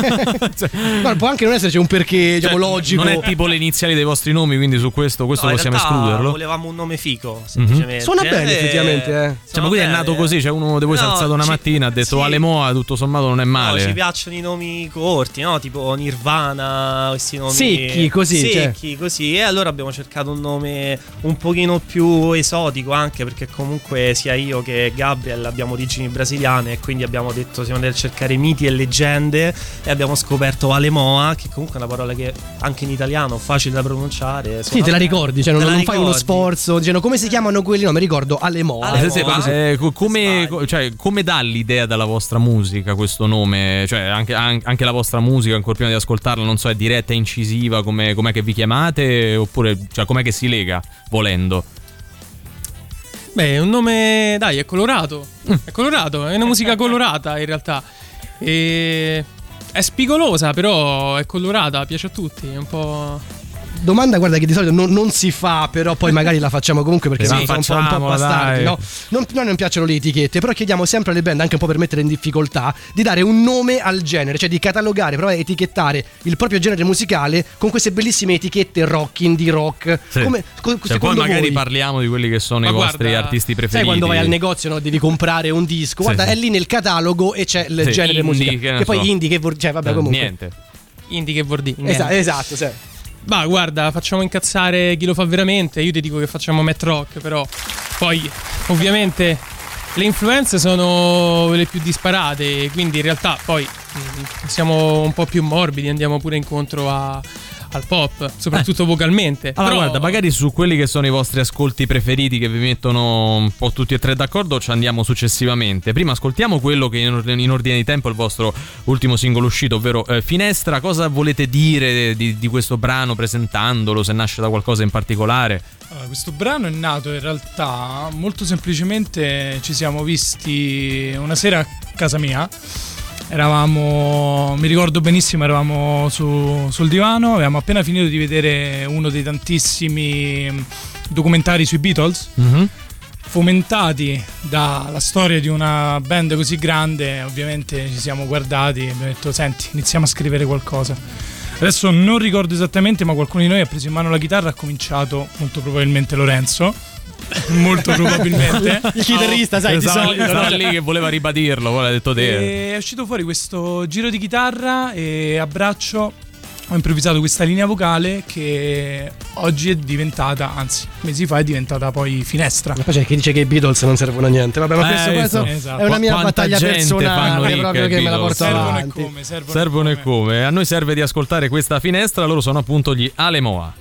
Ma può anche non esserci un perché logico. Non è tipo le iniziali dei vostri nomi, quindi su questo possiamo escluderlo. Volevamo un nome fico, semplicemente. Suona bene, effettivamente. Ma quindi è nato così, uno di voi si è alzato una mattina, ha detto Alemoa, tutto sommato non è male. No, ci piacciono i nomi corti, no? Tipo Nirvana, questi nomi secchi così. E allora abbiamo cercato un nome un pochino più esotico, anche perché comunque sia io che Gabriel abbiamo origini brasiliane, e quindi abbiamo detto siamo andati a cercare miti e leggende e abbiamo scoperto Alemoa, che comunque è una parola che anche in italiano è facile da pronunciare. Sì, te la ricordi, non fai uno sforzo dicendo come si chiamano quelli, no, mi ricordo Alemoa. Come dà l'idea della vostra musica questo nome? Cioè anche la vostra musica, ancora prima di ascoltarla, non so, è diretta, è incisiva, com'è che vi chiamate, oppure com'è che si lega volendo? Beh, un nome, dai, è colorato. È una musica colorata in realtà. E è spigolosa, però è colorata, piace a tutti, è un po'. Domanda, guarda, che di solito non si fa, però poi magari la facciamo comunque perché siamo un po' bastardi, no? Noi non piacciono le etichette, però chiediamo sempre alle band, anche un po' per mettere in difficoltà, di dare un nome al genere, cioè di catalogare, provare a etichettare il proprio genere musicale con queste bellissime etichette rock, indie rock. Sì. Poi magari parliamo di quelli che sono i vostri artisti preferiti. Sai quando vai al negozio, no, devi comprare un disco, guarda, è lì nel catalogo e c'è il genere musicale. Che poi indie che comunque. Niente. Indie che vuol dire. Esatto, sì. Bah, guarda, facciamo incazzare chi lo fa veramente. Io ti dico che facciamo math rock, però poi ovviamente le influenze sono le più disparate, quindi in realtà poi siamo un po' più morbidi, andiamo pure incontro al pop, soprattutto vocalmente. Allora, però, guarda, magari su quelli che sono i vostri ascolti preferiti, che vi mettono un po' tutti e tre d'accordo, ci andiamo successivamente. Prima ascoltiamo quello che in ordine di tempo è il vostro ultimo singolo uscito, ovvero Finestra. Cosa volete dire di questo brano presentandolo, se nasce da qualcosa in particolare? Allora, questo brano è nato in realtà molto semplicemente, ci siamo visti una sera a casa mia. Mi ricordo benissimo, eravamo sul divano, avevamo appena finito di vedere uno dei tantissimi documentari sui Beatles, fomentati dalla storia di una band così grande. Ovviamente ci siamo guardati e abbiamo detto: senti, iniziamo a scrivere qualcosa. Adesso non ricordo esattamente, ma qualcuno di noi ha preso in mano la chitarra, ha cominciato, molto probabilmente Lorenzo, molto probabilmente il chitarrista, sai, di solito stava lì che voleva ribadirlo, ha detto te. E è uscito fuori questo giro di chitarra e a braccio ho improvvisato questa linea vocale che oggi è diventata, anzi mesi fa è diventata poi Finestra. Ma poi c'è chi dice che i Beatles non servono a niente. Vabbè, ma questo è una mia battaglia personale, proprio che me la porto avanti. Servono e come. A noi serve di ascoltare questa Finestra. Loro sono appunto gli Alemoa.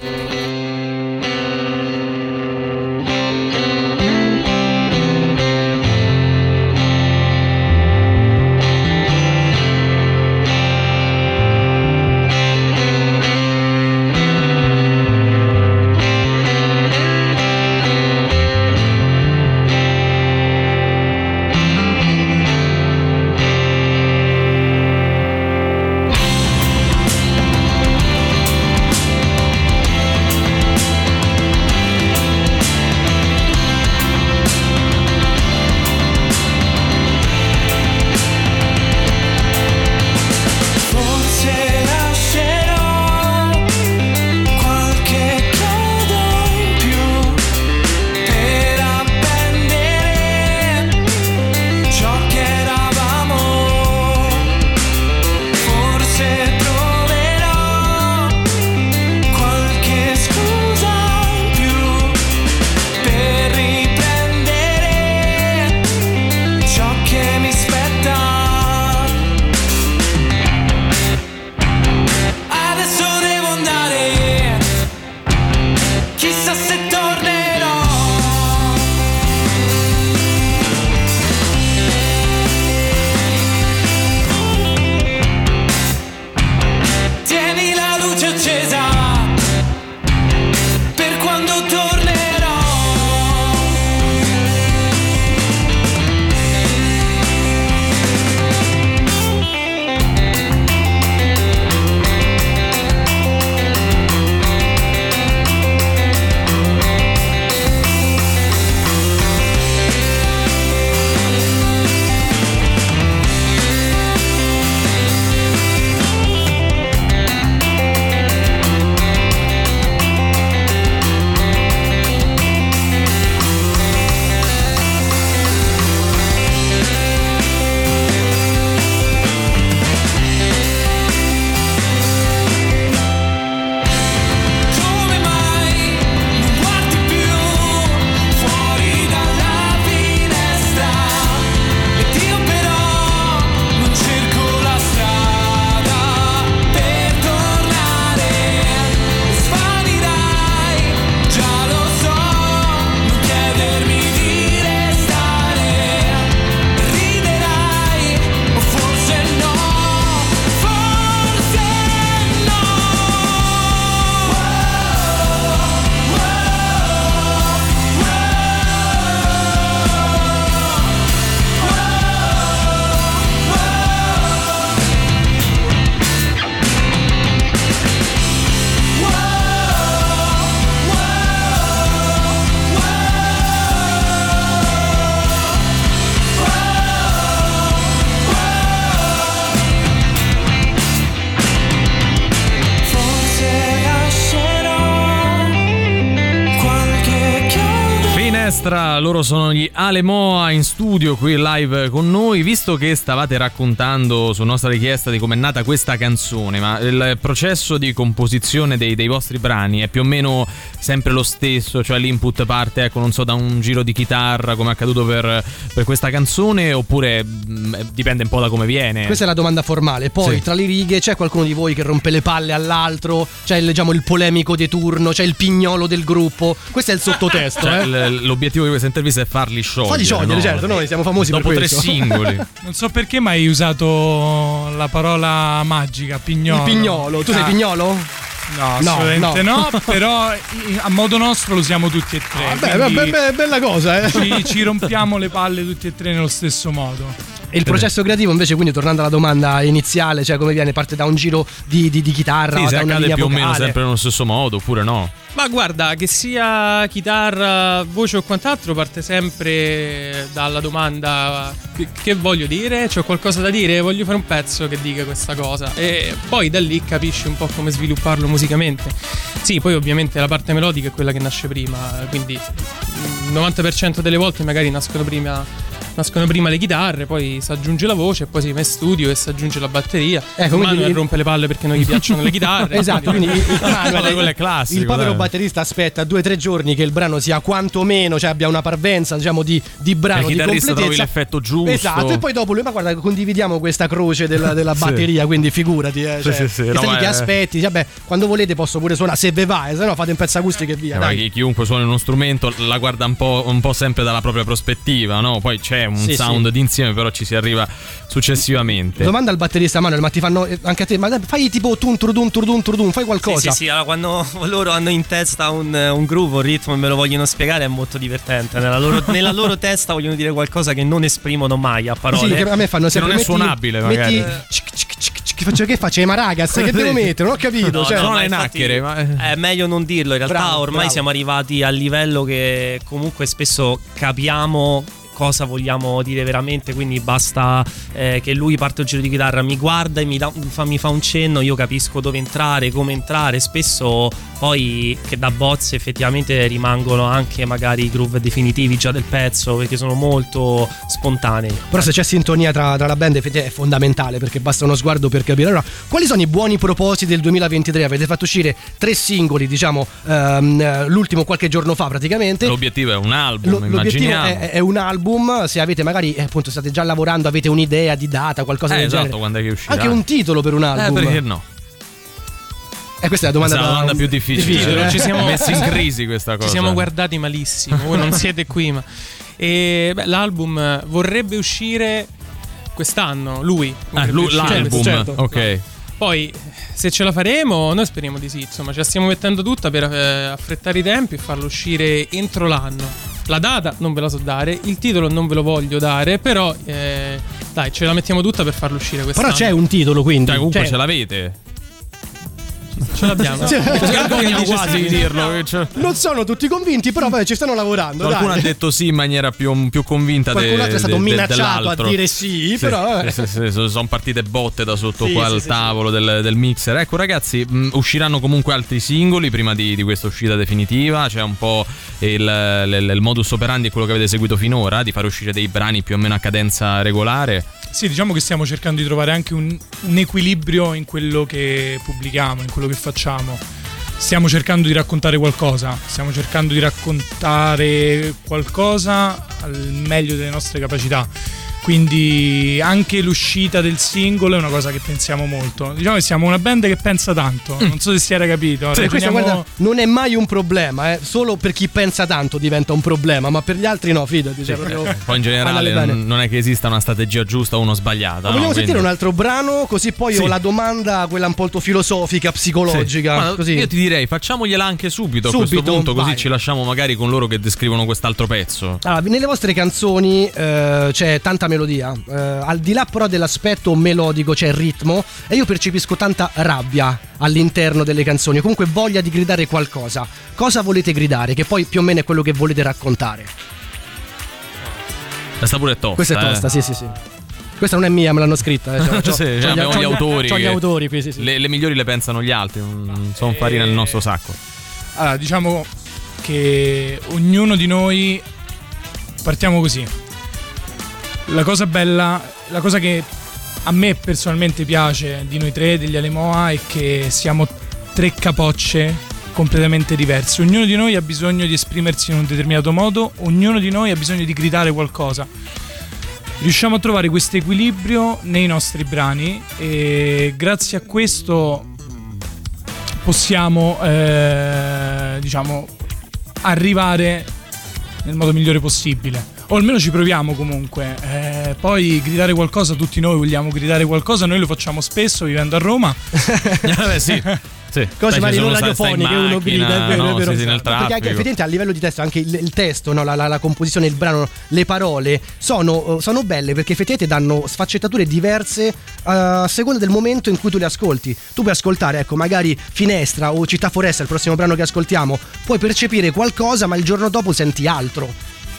nostra, loro sono gli Alemoa in studio qui live con noi. Visto che stavate raccontando su nostra richiesta di com'è nata questa canzone, ma il processo di composizione dei vostri brani è più o meno sempre lo stesso, cioè l'input parte, ecco, non so, da un giro di chitarra come è accaduto per questa canzone, oppure dipende un po' da come viene? Questa è la domanda formale. Poi sì, tra le righe c'è qualcuno di voi che rompe le palle all'altro, c'è il polemico di turno, c'è il pignolo del gruppo. Questo è il sottotesto. Cioè, l'obiettivo di questa intervista è farli sciogliere. Farli sciogliere, no? certo, noi siamo famosi dopo per questo. 3 singoli. Non so perché, ma hai usato la parola magica, pignolo. Il pignolo, tu sei pignolo? No, assolutamente no, però a modo nostro lo usiamo tutti e tre. Bella cosa, Ci rompiamo le palle tutti e tre nello stesso modo. E il processo creativo invece, quindi tornando alla domanda iniziale, cioè come viene? Parte da un giro di chitarra, sì, o se da una accade linea più vocale? o meno sempre nello stesso modo, oppure no? Ma guarda, che sia chitarra, voce o quant'altro, parte sempre dalla domanda: che voglio dire? C'ho qualcosa da dire? Voglio fare un pezzo che dica questa cosa. E poi da lì capisci un po' come svilupparlo musicamente. Sì, poi ovviamente la parte melodica è quella che nasce prima, quindi il 90% delle volte magari nascono prima le chitarre, poi si aggiunge la voce, e poi si va in studio e si aggiunge la batteria. Ecco, Manuel rompe le palle perché non gli piacciono le chitarre. Esatto, quindi quello è classico. Il povero batterista aspetta 2-3 giorni che il brano sia quantomeno, cioè abbia una parvenza, diciamo, di brano, di completezza. Trovi l'effetto giusto. Esatto, e poi dopo lui, ma guarda, condividiamo questa croce della batteria, quindi figurati, cioè, sì, che stai lì che aspetti, vabbè, quando volete posso pure suonare, se ve va, se no fate un pezzo acustico e via. Ma chiunque suona uno strumento la guarda un po' sempre dalla propria prospettiva, no? Poi c'è un sound di insieme, però ci si arriva successivamente. Domanda al batterista Manuel, ma ti fanno anche a te, ma fai tipo tun turdun, fai qualcosa? Sì, allora quando loro hanno in testa un groove, un ritmo e me lo vogliono spiegare è molto divertente. Nella loro testa vogliono dire qualcosa che non esprimono mai a parole. Sì, che a me fanno sempre, non è suonabile magari. Che faccio, Maracas? Che devo mettere? Non ho capito. No, cioè, no, non ma è infatti nacchere, ma è meglio non dirlo. In realtà ormai bravo. siamo arrivati al livello che comunque spesso capiamo cosa vogliamo dire veramente, quindi basta che lui parte un giro di chitarra, mi guarda e mi fa un cenno, io capisco dove entrare, come entrare. Spesso poi che da bozze effettivamente rimangono anche magari i groove definitivi già del pezzo, perché sono molto spontanei. Però se c'è sintonia tra la band è fondamentale, perché basta uno sguardo per capire. Allora, quali sono i buoni propositi del 2023? Avete fatto uscire 3 singoli, diciamo, l'ultimo qualche giorno fa praticamente. L'obiettivo è un album, immaginiamo. L'obiettivo è un album. Se avete magari appunto state già lavorando, avete un'idea di data, qualcosa del esatto, genere. Quando è che uscirà? Anche un titolo per un album. Perché no? Questa è la domanda, più difficile. Ci siamo messi in crisi questa cosa. Ci siamo guardati malissimo. Voi non siete qui, ma l'album vorrebbe uscire quest'anno. L'album, certo. Ok. Poi se ce la faremo, noi speriamo di sì. Insomma, ce la stiamo mettendo tutta per affrettare i tempi e farlo uscire entro l'anno. La data non ve la so dare, il titolo non ve lo voglio dare, però dai, ce la mettiamo tutta per farlo uscire quest'anno. Però c'è un titolo, quindi. Comunque ce l'avete. Ce l'abbiamo. Vergogna quasi di dirlo. Non sono tutti convinti, però ci stanno lavorando. Qualcuno ha detto sì in maniera più convinta. Qualcun altro è stato minacciato dell'altro. a dire sì, però. Sono partite botte da sotto qua al tavolo del mixer. Ecco, ragazzi, usciranno comunque altri singoli prima di questa uscita definitiva. C'è un po' il modus operandi è quello che avete seguito finora, di fare uscire dei brani più o meno a cadenza regolare. Sì, diciamo che stiamo cercando di trovare anche un equilibrio in quello che pubblichiamo, in quello che facciamo. Stiamo cercando di raccontare qualcosa, al meglio delle nostre capacità. Quindi anche l'uscita del singolo è una cosa che pensiamo molto. Diciamo che siamo una band che pensa tanto. Non so se si era capito. Sì, questo, guarda, non è mai un problema, solo per chi pensa tanto diventa un problema, ma per gli altri no, fidati. Sì, poi in generale non è che esista una strategia giusta o una sbagliata. Vogliamo sentire un altro brano, così poi ho la domanda, quella un po' filosofica, psicologica. Sì. Così. Io ti direi facciamogliela anche subito a questo punto, così ci lasciamo magari con loro che descrivono quest'altro pezzo. Allora, nelle vostre canzoni c'è tanta melodia, al di là però dell'aspetto melodico c'è il ritmo, e io percepisco tanta rabbia all'interno delle canzoni, comunque voglia di gridare qualcosa. Cosa volete gridare? Che poi più o meno è quello che volete raccontare. Questa pure è tosta. Questa è tosta, sì. Questa non è mia, me l'hanno scritta. Abbiamo gli autori. C'ho gli autori qui, sì. Le migliori le pensano gli altri, non sono farina nel nostro sacco. Allora, diciamo che ognuno di noi partiamo così. La cosa bella, la cosa che a me personalmente piace di noi tre, degli Alemoa, è che siamo tre capocce completamente diverse. Ognuno di noi ha bisogno di esprimersi in un determinato modo, ognuno di noi ha bisogno di gridare qualcosa. Riusciamo a trovare questo equilibrio nei nostri brani e grazie a questo possiamo diciamo arrivare nel modo migliore possibile, o almeno ci proviamo comunque. Poi gridare qualcosa, tutti noi vogliamo gridare qualcosa, noi lo facciamo spesso vivendo a Roma. Sì. Sì. Cose magari non radiofoniche, uno grida, è vero. Sì, nel perché traffico. anche effettivamente a livello di testo, anche il testo, no? la composizione, il brano, le parole sono belle perché effettivamente danno sfaccettature diverse a seconda del momento in cui tu le ascolti. Tu puoi ascoltare, ecco, magari Finestra o Città Foresta, il prossimo brano che ascoltiamo, puoi percepire qualcosa, ma il giorno dopo senti altro.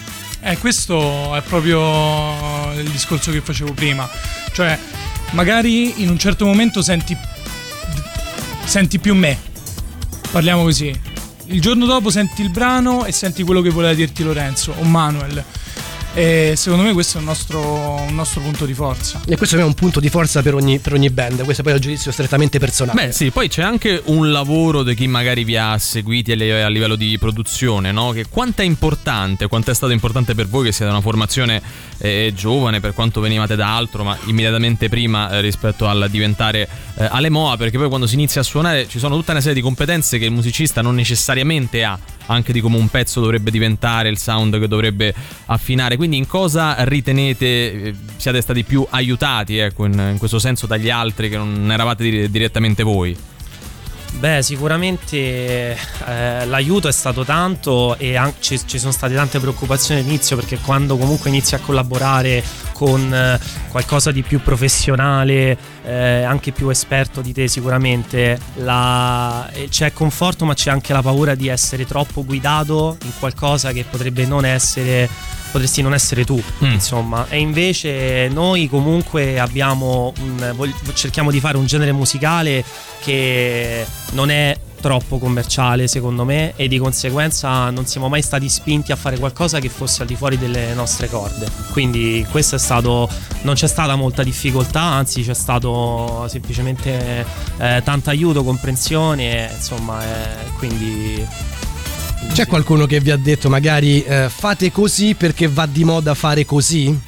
Questo è proprio il discorso che facevo prima. Cioè, magari in un certo momento senti più me, parliamo così. Il giorno dopo senti il brano e senti quello che voleva dirti Lorenzo o Manuel. E secondo me questo è un nostro punto di forza. E questo è un punto di forza per ogni band. Questo poi è un giudizio strettamente personale. Beh sì, poi c'è anche un lavoro di chi magari vi ha seguiti a livello di produzione, no? Che quanto è stato importante per voi che siete una formazione giovane, per quanto venivate da altro, ma immediatamente prima rispetto al diventare Alemoa, perché poi quando si inizia a suonare ci sono tutta una serie di competenze che il musicista non necessariamente ha, anche di come un pezzo dovrebbe diventare, il sound che dovrebbe affinare. Quindi in cosa ritenete siate stati più aiutati, ecco, in questo senso dagli altri che non eravate direttamente voi? Beh, sicuramente l'aiuto è stato tanto e ci sono state tante preoccupazioni all'inizio, perché quando comunque inizi a collaborare con qualcosa di più professionale, anche più esperto di te, sicuramente c'è conforto, ma c'è anche la paura di essere troppo guidato in qualcosa che potresti non essere tu, insomma. E invece noi comunque cerchiamo di fare un genere musicale che non è troppo commerciale, secondo me, e di conseguenza non siamo mai stati spinti a fare qualcosa che fosse al di fuori delle nostre corde. Quindi questo non c'è stata molta difficoltà, anzi c'è stato semplicemente tanto aiuto, comprensione, insomma, quindi. C'è qualcuno che vi ha detto magari fate così perché va di moda fare così?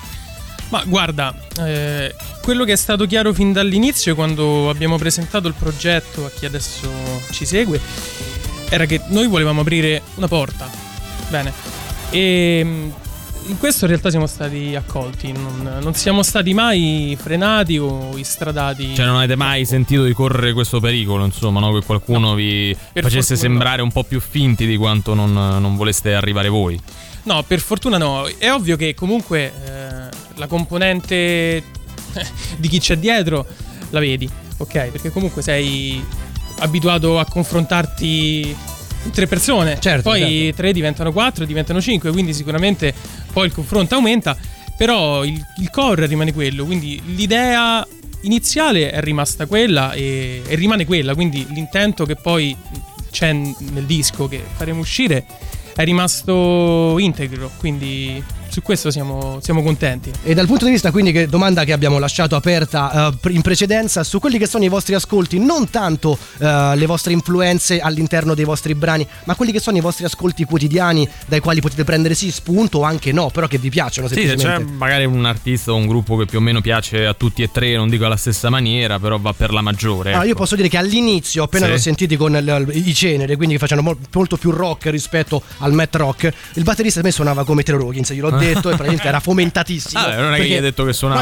Ma guarda, quello che è stato chiaro fin dall'inizio, quando abbiamo presentato il progetto a chi adesso ci segue, era che noi volevamo aprire una porta. Bene. E in questo in realtà siamo stati accolti, non siamo stati mai frenati o istradati. Cioè non avete mai sentito di correre questo pericolo, insomma, no? Che qualcuno vi facesse sembrare un po' più finti di quanto non voleste arrivare voi? No, per fortuna no. È ovvio che comunque la componente di chi c'è dietro la vedi, ok? Perché comunque sei abituato a confrontarti in 3 persone, certo, poi 3 diventano 4, diventano 5, quindi sicuramente poi il confronto aumenta, però il core rimane quello, quindi l'idea iniziale è rimasta quella e rimane quella, quindi l'intento che poi c'è nel disco che faremo uscire è rimasto integro, quindi su questo siamo contenti. E dal punto di vista, quindi, domanda che abbiamo lasciato aperta in precedenza, su quelli che sono i vostri ascolti, non tanto le vostre influenze all'interno dei vostri brani, ma quelli che sono i vostri ascolti quotidiani, dai quali potete prendere sì spunto o anche no, però che vi piacciono semplicemente. Sì, c'è magari un artista o un gruppo che più o meno piace a tutti e tre, non dico alla stessa maniera, però va per la maggiore, ecco. Io posso dire che all'inizio, appena l'ho sentiti con i Cenere, quindi che facevano molto più rock rispetto al math rock, il batterista a me suonava come Taylor Hawkins, gliel'ho detto, e praticamente era fomentatissimo. Non è che gli hai detto che suonava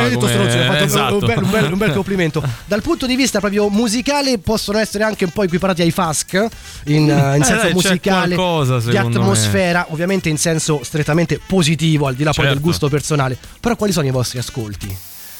un bel complimento. Dal punto di vista proprio musicale possono essere anche un po' equiparati ai Fask in senso musicale, di atmosfera, ovviamente in senso strettamente positivo, al di là poi del gusto personale. Però quali sono i vostri ascolti?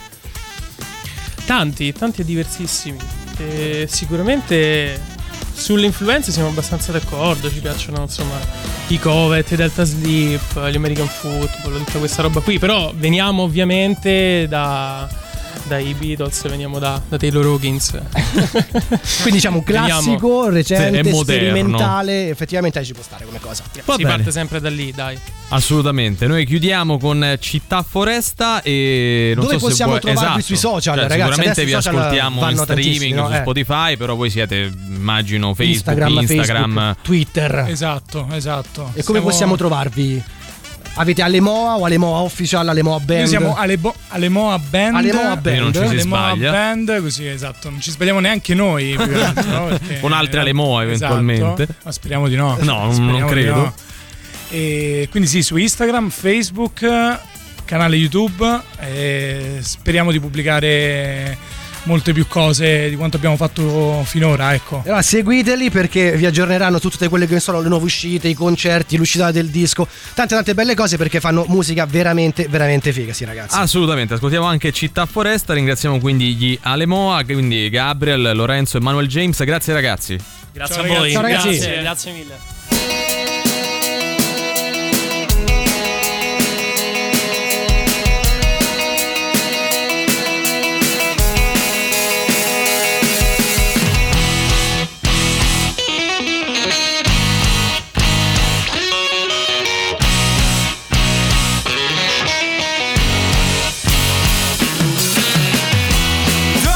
Tanti e diversissimi. Sicuramente sulle influenze siamo abbastanza d'accordo, ci piacciono insomma i Covet, i Delta Sleep, gli American Football, tutta questa roba qui, però veniamo ovviamente da dai Beatles, veniamo da Taylor Hawkins. Quindi diciamo un classico, recente, Sì, è moderno. sperimentale, effettivamente ci può stare come cosa. Va Si bene. parte sempre da lì, dai. Assolutamente. Noi chiudiamo con Città Foresta e non Dove so possiamo se vuoi... trovarvi esatto. sui social, Cioè, ragazzi? Sicuramente vi Adesso i social ascoltiamo in vanno streaming tantissimo, su Spotify, però voi siete, immagino, Facebook, Instagram. Facebook, Twitter. Esatto. E come possiamo trovarvi? Avete Alemoa o Alemoa Official, Alemoa Band? Noi siamo Alemoa Band. Alemoa Band. Non ci si Alemoa sbaglia. Band, così esatto, non ci sbagliamo neanche noi. Più che altro, no? Perché- Con altre Alemoa eventualmente. Esatto, ma speriamo di no. No, non Speriamo di credo. no. E quindi sì, su Instagram, Facebook, canale YouTube, e speriamo di pubblicare molte più cose di quanto abbiamo fatto finora, ecco. Allora seguiteli perché vi aggiorneranno su tutte quelle che sono le nuove uscite, i concerti, l'uscita del disco, tante belle cose perché fanno musica veramente figa, sì ragazzi. Assolutamente, ascoltiamo anche Città Foresta, ringraziamo quindi gli Alemoa, quindi Gabriel, Lorenzo e Manuel James, grazie ragazzi. Grazie Ciao, a voi. Ciao, ragazzi. Grazie mille.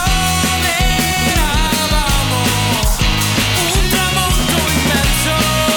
Un tramonto immenso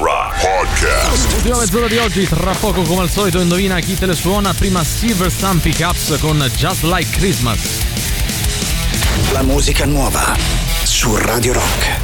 Rock Podcast. Ultima mezz'ora di oggi, tra poco come al solito indovina chi te le suona. Prima Silver Sun Pickups con Just Like Christmas. La musica nuova su Radio Rock.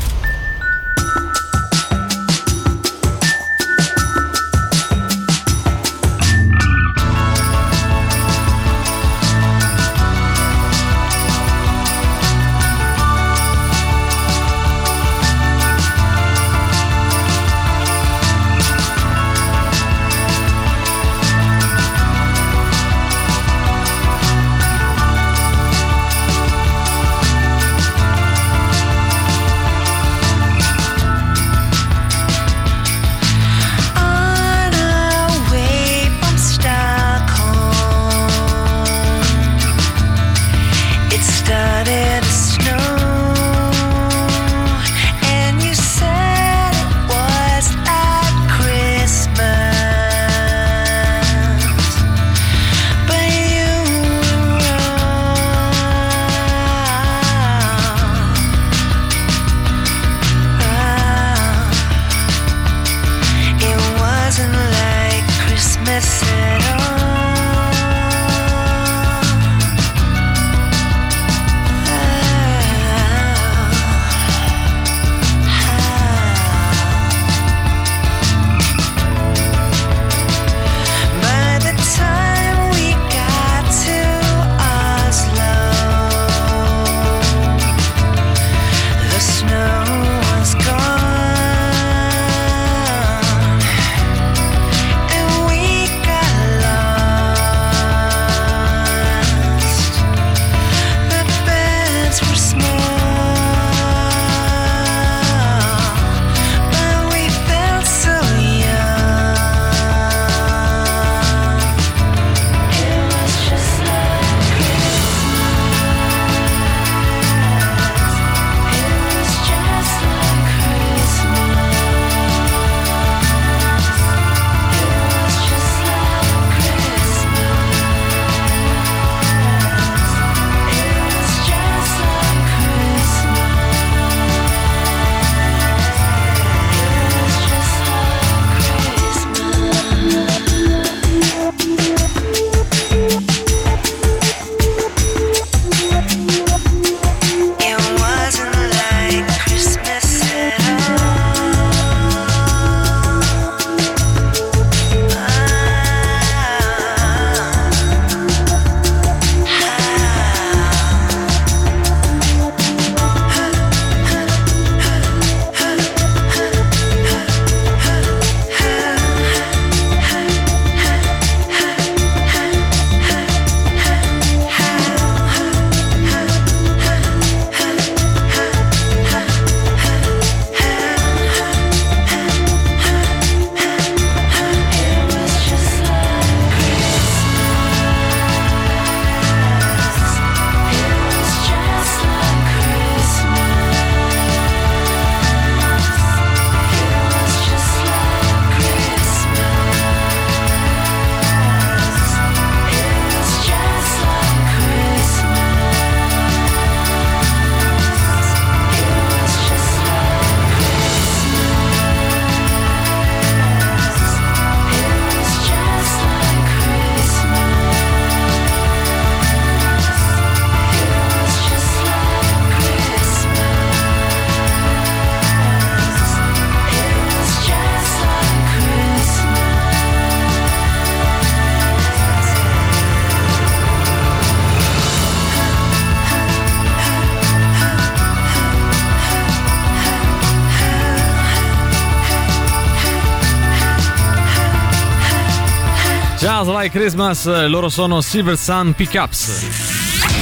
Just Like Christmas, loro sono Silver Sun Pickups.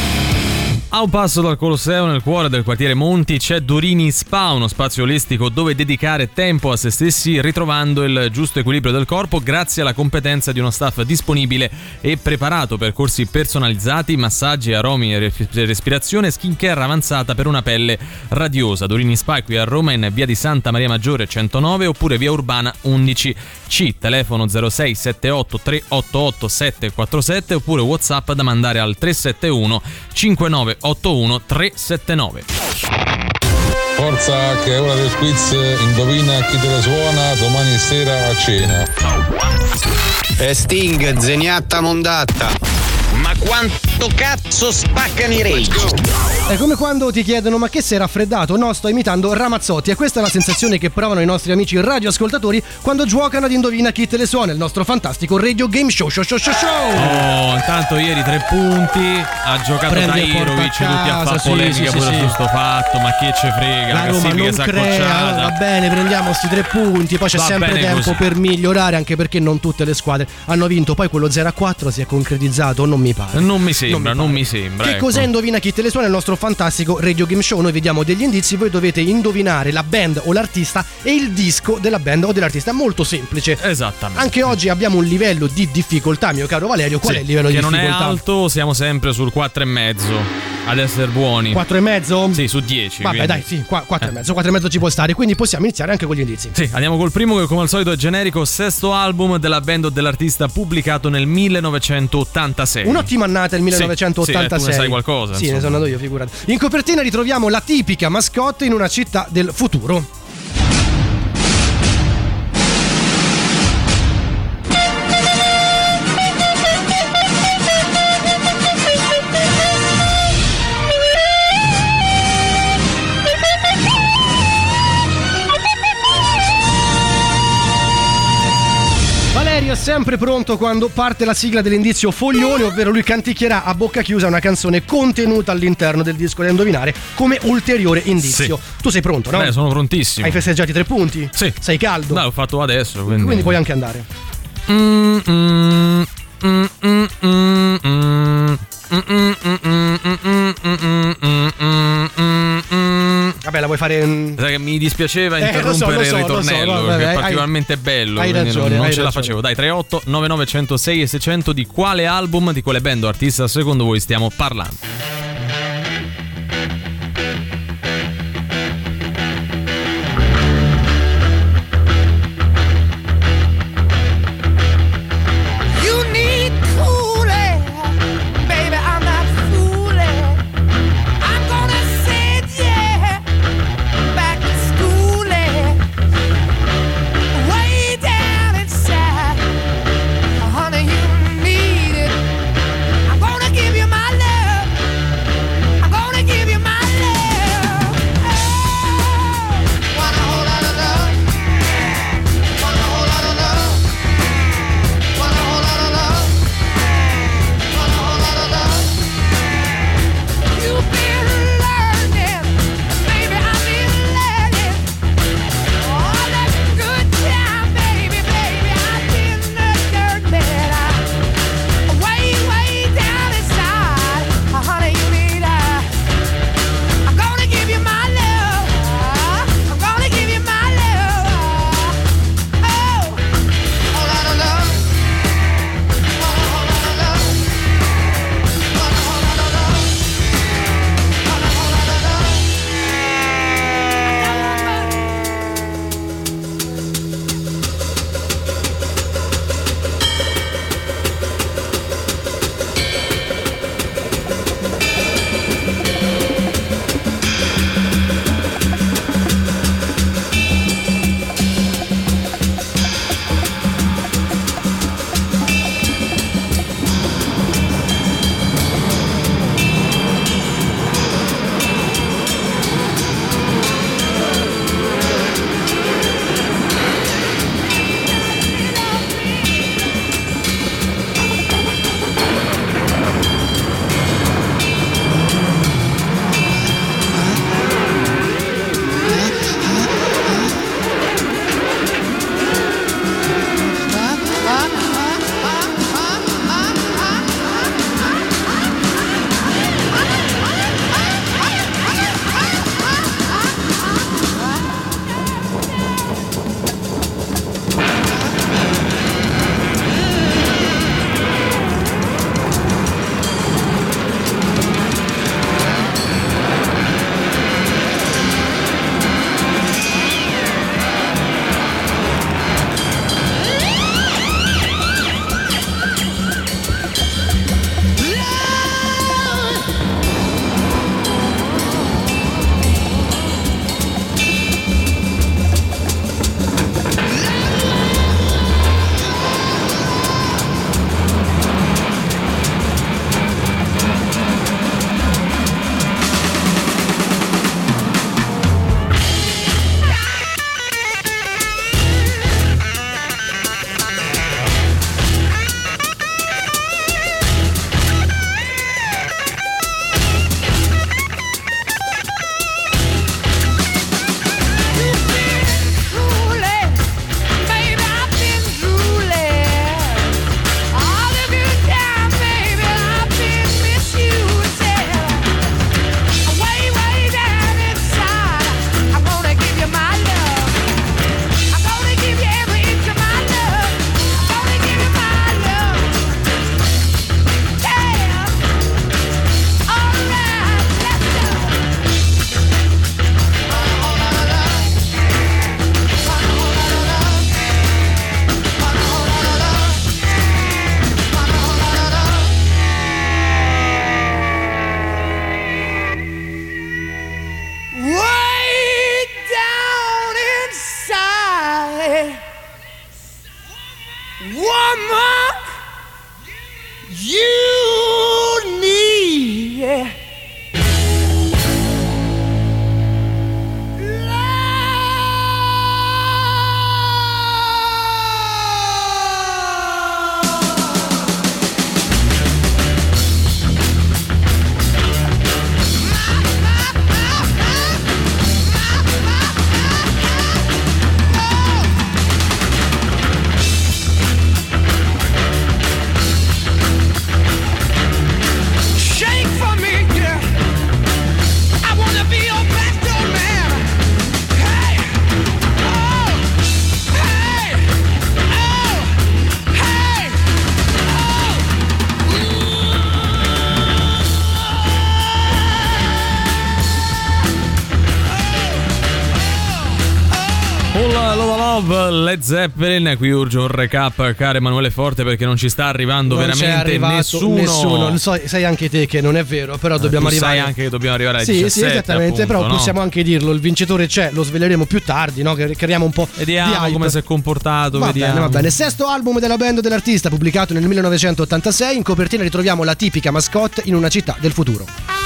A un passo dal Colosseo, nel cuore del quartiere Monti, c'è Durini Spa, uno spazio olistico dove dedicare tempo a se stessi, ritrovando il giusto equilibrio del corpo grazie alla competenza di uno staff disponibile e preparato, percorsi personalizzati, massaggi, aromi e respirazione, skincare avanzata per una pelle radiosa. Durini Spa qui a Roma, in via di Santa Maria Maggiore 109 oppure via Urbana 11C, telefono 06 78 388 747 oppure WhatsApp da mandare al 371 59 81 379. Forza che è ora del quiz, indovina chi te la suona domani sera a cena. Sting, zeniatta mondatta. Ma quanto cazzo spaccano i Rage? È come quando ti chiedono ma che sei raffreddato? No, sto imitando Ramazzotti, e questa è la sensazione che provano i nostri amici radioascoltatori quando giocano ad Indovina chi te le suona, il nostro fantastico Radio Game Show. Oh, intanto ieri 3 punti, ha giocato Tahirovic, tutti a fare polemica pure su sto fatto, ma che ce frega, la Roma non crea, va bene, prendiamo sti 3 punti, poi c'è sempre tempo così per migliorare, anche perché non tutte le squadre hanno vinto, poi quello 0-4 si è concretizzato, non mi pare. Non mi sembra. Che ecco. cos'è Indovina chi te le suona? Il nostro fantastico Radio Game Show. Noi vediamo degli indizi, voi dovete indovinare la band o l'artista e il disco della band o dell'artista. È molto semplice. Esattamente. Anche oggi abbiamo un livello di difficoltà, mio caro Valerio. Qual è il livello di difficoltà? Che non è alto, siamo sempre sul 4,5 ad essere buoni. 4,5? Sì, su 10. Vabbè, quindi. dai, sì, 4,5 ci può stare, quindi possiamo iniziare anche con gli indizi. Sì, andiamo col primo, che come al solito è generico, sesto album della band o dell'artista pubblicato nel 1986. Un'ottima annata il 1986. Sì, tu ne sai qualcosa. Sì, ne sono andato io, figurati. In copertina ritroviamo la tipica mascotte in una città del futuro. È sempre pronto quando parte la sigla dell'indizio foglione, ovvero lui canticchierà a bocca chiusa una canzone contenuta all'interno del disco da indovinare come ulteriore indizio. Sì. Tu sei pronto, no? Sono prontissimo. Hai festeggiato i 3 punti? Sì. Sei caldo? No, l'ho fatto adesso, quindi puoi anche andare. Vabbè, la vuoi fare? Sai che mi dispiaceva interrompere il ritornello, che è particolarmente bello. Hai ragione, non ce la facevo. Dai, 38 99 106 e 600, di quale album, di quale band o artista secondo voi stiamo parlando? Honey, you need it. I'm gonna give you my love. woman you need. Led Zeppelin, qui urge un recap, caro Emanuele Forte, perché non ci sta arrivando non veramente nessuno. Lo so, sai anche te che non è vero, però dobbiamo arrivare. Sai anche che dobbiamo arrivare ai sì, 17. Sì, esattamente, appunto, però possiamo anche dirlo, il vincitore c'è, lo sveleremo più tardi, no? Che creiamo un po' vediamo di hype. Come si è comportato, vediamo. Va bene. Sesto album della band dell'artista, pubblicato nel 1986, in copertina ritroviamo la tipica mascotte in una città del futuro.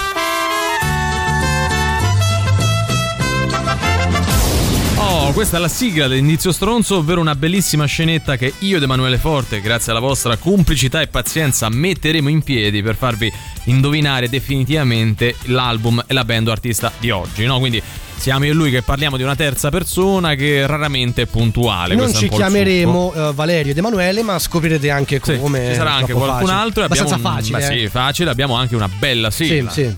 Questa è la sigla dell'Indizio Stronzo, ovvero una bellissima scenetta che io ed Emanuele Forte, grazie alla vostra complicità e pazienza, metteremo in piedi per farvi indovinare definitivamente l'album e la band o artista di oggi, no? Quindi siamo io e lui che parliamo di una terza persona che raramente è puntuale. Non ci chiameremo Valerio ed Emanuele, ma scoprirete anche come. Ci sarà anche qualcun facile. altro. Abbastanza facile. Beh, sì, facile. Abbiamo anche una bella sigla. Sì.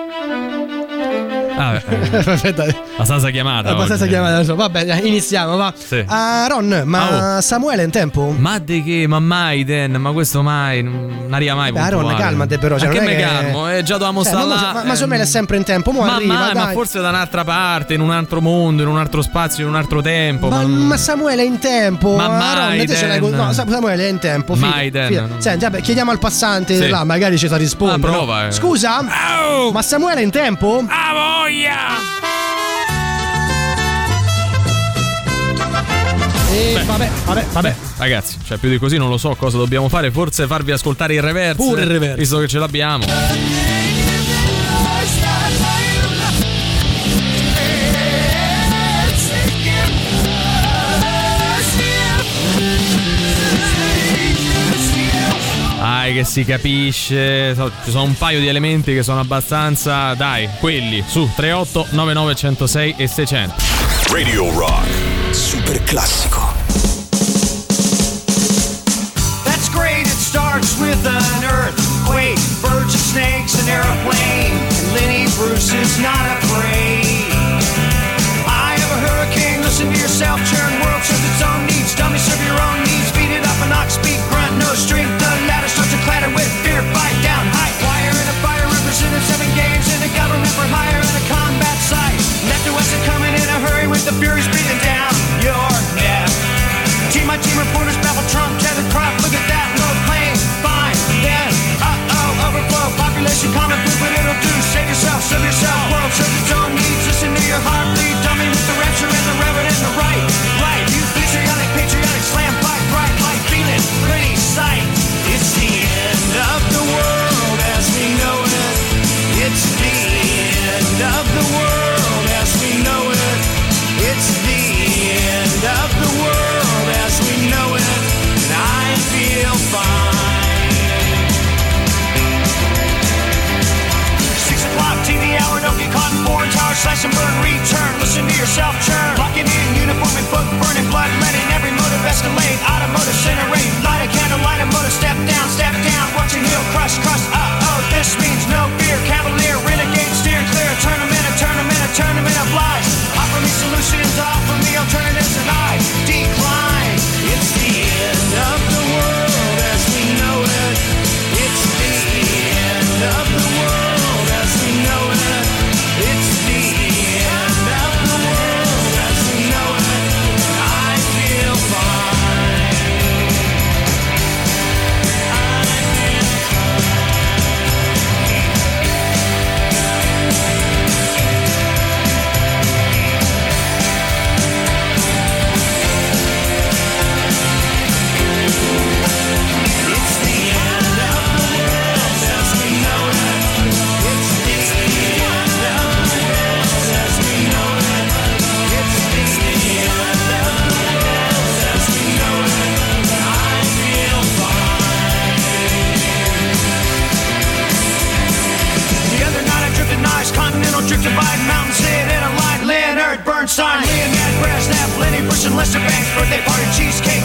Abbastanza chiamata. Vabbè, iniziamo, va. Sì. Ron, ma Samuele è in tempo? Ma di che? Ma mai, Dan? Ma questo mai? Non arriva mai. Ron, calmate però. Cioè, che me calmo? Già dovevamo stare là. Ma Samuele è sempre in tempo. Mo arriva, ma forse da un'altra parte, in un altro mondo, in un altro spazio, in un altro tempo. Ma Samuele è in tempo. Ma mai, Ron, te ce l'hai. No, Samuele è in tempo. Mai, Dan. Senti, vabbè, chiediamo al passante là, magari ci sa rispondere. Prova. Scusa? Ma Samuele è in tempo? A voglia! Vabbè. Ragazzi, cioè più di così non lo so cosa dobbiamo fare. Forse farvi ascoltare il reverse. Pure il reverse. Visto che ce l'abbiamo. Che si capisce, ci sono un paio di elementi che sono abbastanza, dai, quelli su 38 99 106 e 600. Radio Rock super classico. That's great, it starts with an earthquake, birds and snakes, an airplane, and Lenny Bruce is not afraid. I have a hurricane, listen to yourself, churn, world serves its own needs, dummy serve your own needs, beat it up an ox, speak, grunt, no strength, the ladder starts to clatter with fear, fight down, high wire and a fire, represented 7 games in a government for hire and a combat site, left to west are coming in a hurry with the furies beating down your neck.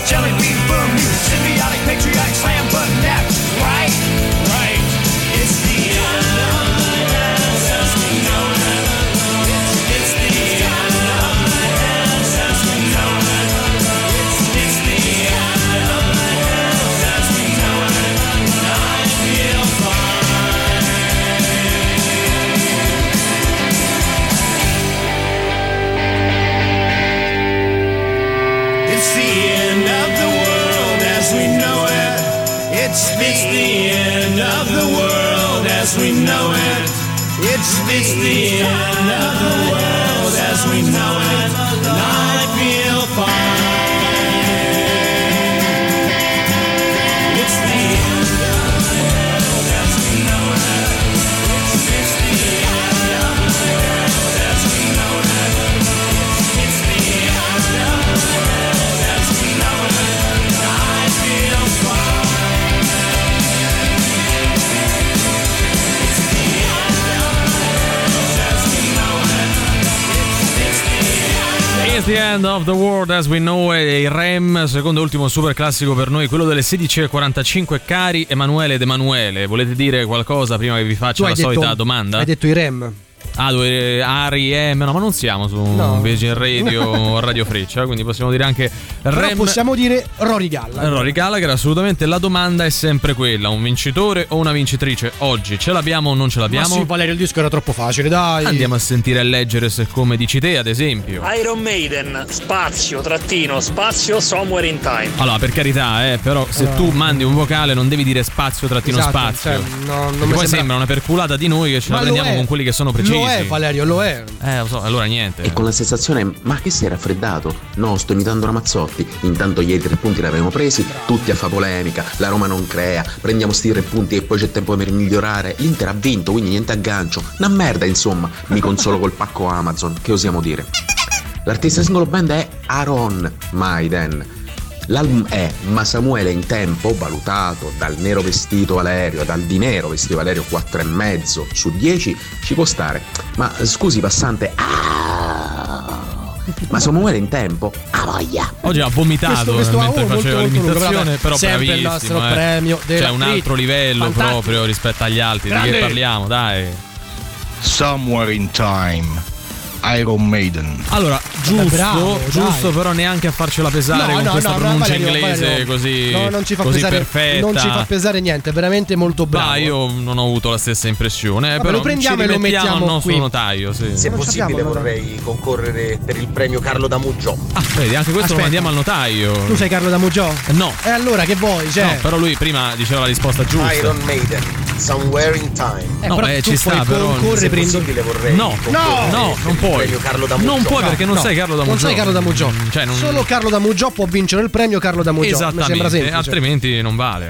jelly bean boom, you symbiotic, patriotic, slam button nap. Right, right. It's the end of the dance as we know it. It's the end of the dance as we know it. It's the end of the dance as we know it. I feel fine. It's the end of the world as we know it. It's the end of the world as we know it. It's the end of the world as we know it. And I feel fine. It's the end of the world as we know it. It's the end of the world as we know it. It's the end of the world as we know it. And I feel fine. It's the end of the world as we know it. Il REM, secondo e ultimo super classico per noi, quello delle 16:45. Cari Emanuele ed Emanuele, volete dire qualcosa prima che vi faccia la solita domanda? Hai detto i REM. Ah, dove R.I.M. No, ma non siamo su Virgin Radio o Radio Freccia, quindi possiamo dire anche Però REM. possiamo dire Rory Gallagher. Rory Gallagher, assolutamente. La domanda è sempre quella: un vincitore o una vincitrice oggi? Ce l'abbiamo o non ce l'abbiamo? Ma sì, Valerio, il disco era troppo facile, dai. Andiamo a sentire e leggere se, come dici te, ad esempio. Iron Maiden, spazio, trattino, spazio, Somewhere in Time. Allora, per carità, però se tu mandi un vocale non devi dire spazio trattino Esatto, spazio. cioè, non Perché mi poi sembra una perculata di noi che ce Ma la lo prendiamo è. con quelli che sono precisi. Lo è, Valerio, lo è. Lo so, allora niente. E con la sensazione, ma che sei raffreddato? No, sto imitando Ramazzotti. Intanto ieri 3 punti li avevamo presi, tutti a fa polemica, la Roma non crea, prendiamo sti 3 punti e poi c'è tempo per migliorare. L'Inter ha vinto, quindi niente aggancio. Una merda, insomma, mi consolo col pacco Amazon, che osiamo dire. L'artista singolo band è Iron Maiden. L'album è Ma Samuele in tempo, valutato dal nero vestito Valerio, dal di nero vestito Valerio 4,5 su 10, ci può stare. Ma scusi passante, ma Samuele in tempo? Voglia! Oggi ha vomitato questo mentre faceva l'imitazione, però sempre bravissimo. il nostro premio della C'è un altro livello Fantastico. proprio rispetto agli altri. Di che Grande. parliamo, dai. Somewhere in Time, Iron Maiden. Allora, giusto, bravo, giusto, dai. però neanche a farcela pesare con questa pronuncia Valerio, inglese Valerio, così, no, non ci fa così pesare, perfetta. non ci fa pesare niente, è veramente molto bravo. Ma io non ho avuto la stessa impressione, Vabbè, però lo prendiamo ci e lo rimettiamo mettiamo al nostro qui. notaio, sì. Se Non possibile sappiamo, vorrei concorrere per il premio Carlo Damuggiò. Ah, vedi, anche questo Aspetta. lo mandiamo al notaio. Tu sei Carlo Damuggiò? No. E allora che vuoi? Cioè, No, però lui prima diceva la risposta giusta. Iron Maiden, Somewhere in Time. No, però tu ci sta, puoi però. concorrere Se per il possibile vorrei No, concorrere no, per non il puoi. premio Carlo Damuggiò. Non puoi perché non no, sei Carlo Damuggiò. Non sei Carlo Damuggiò. Cioè, non... Solo Carlo Damuggiò può vincere il premio Carlo Damuggiò. Mi sembra Esattamente, semplice. altrimenti non vale.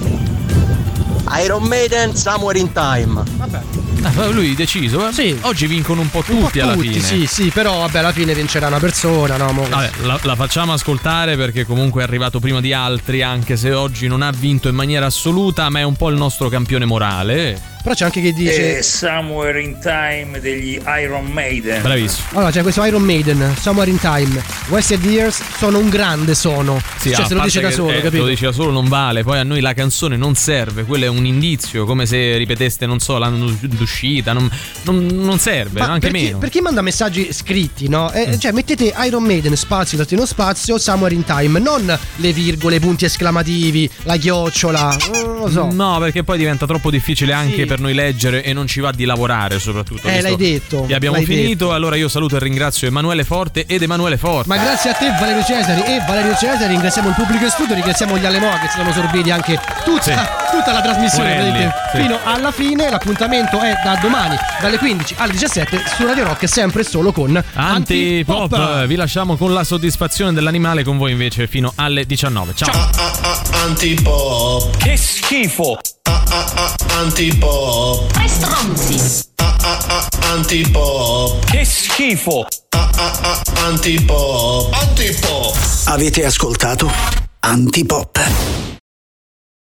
Iron Maiden, Somewhere in Time. Vabbè. Lui deciso, eh? Sì. Oggi vincono un po' Un po' tutti alla tutti, fine. sì, però vabbè, alla fine vincerà una persona, no? Vabbè, la facciamo ascoltare perché comunque è arrivato prima di altri, anche se oggi non ha vinto in maniera assoluta, ma è un po' il nostro campione morale. Però c'è anche chi dice Somewhere in Time degli Iron Maiden. Bravissimo. allora c'è questo Iron Maiden, Somewhere in Time, Wasted Years, sono un grande sono. Sì, cioè a se lo dice parte da che, solo, capito? lo dice da solo non vale, poi a noi la canzone non serve, quello è un indizio, come se ripeteste, non so, l'anno d'uscita, non serve, Ma anche per chi, meno. per chi manda messaggi scritti, no? Cioè mettete Iron Maiden spazio trattino spazio Somewhere in Time, non le virgole, i punti esclamativi, la chiocciola, non lo so. No, perché poi diventa troppo difficile anche Sì. per noi leggere e non ci va di lavorare soprattutto. L'hai detto. E abbiamo l'hai finito, detto. allora io saluto e ringrazio Emanuele Forte ed Emanuele Forte. Ma grazie a te Valerio Cesari e Valerio Cesari, ringraziamo il pubblico in studio, ringraziamo gli Alemoa che si sono sorbiti anche tutta la trasmissione, Morelli, vedete, sì. fino alla fine. L'appuntamento è da domani dalle 15 alle 17 su Radio Rock, sempre solo con Antipop. Vi lasciamo con la soddisfazione dell'animale, con voi invece fino alle 19. Ciao. Antipop. Che schifo. Antipop. Tre stronzi. Antipop. Che schifo. Antipop. Antipop. Avete ascoltato Antipop.